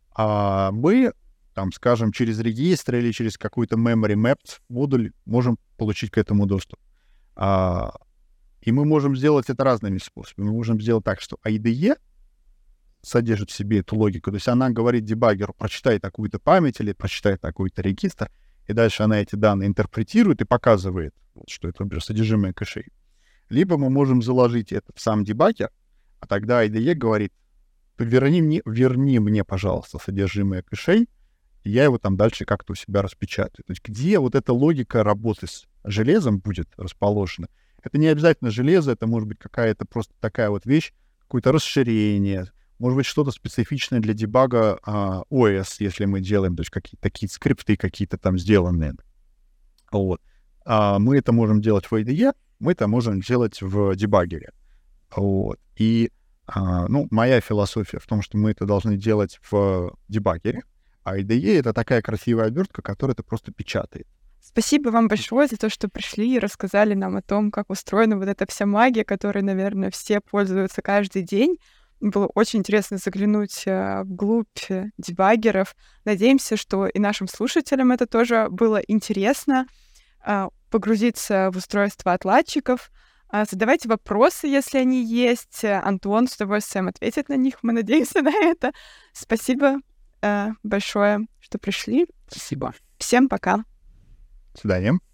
А мы, там, скажем, через регистр или через какой-то memory mapped модуль можем получить к этому доступ. А, и мы можем сделать это разными способами. Мы можем сделать так, что ай ди и содержит в себе эту логику. То есть она говорит дебаггеру, прочитай такую-то память или прочитай такой-то регистр, и дальше она эти данные интерпретирует и показывает, вот, что это, например, содержимое кэшей. Либо мы можем заложить это в сам дебаггер, а тогда ай ди и говорит, верни мне, верни мне, пожалуйста, содержимое кэшей, и я его там дальше как-то у себя распечатаю. То есть где вот эта логика работы с железом будет расположена? Это не обязательно железо, это может быть какая-то просто такая вот вещь, какое-то расширение, может быть, что-то специфичное для дебага а, о эс, если мы делаем, то есть какие-то такие скрипты какие-то там сделанные. Вот. А мы это можем делать в ай ди и, мы это можем делать в дебаггере. Вот. И, а, ну, моя философия в том, что мы это должны делать в дебаггере, а ай ди и — это такая красивая обертка, которая это просто печатает. Спасибо вам большое за то, что пришли и рассказали нам о том, как устроена вот эта вся магия, которой, наверное, все пользуются каждый день. Было очень интересно заглянуть вглубь дебаггеров. Надеемся, что и нашим слушателям это тоже было интересно, погрузиться в устройство отладчиков. Задавайте вопросы, если они есть. Антон с удовольствием ответит на них. Мы надеемся на это. Спасибо большое, что пришли. Спасибо. Всем пока. До свидания.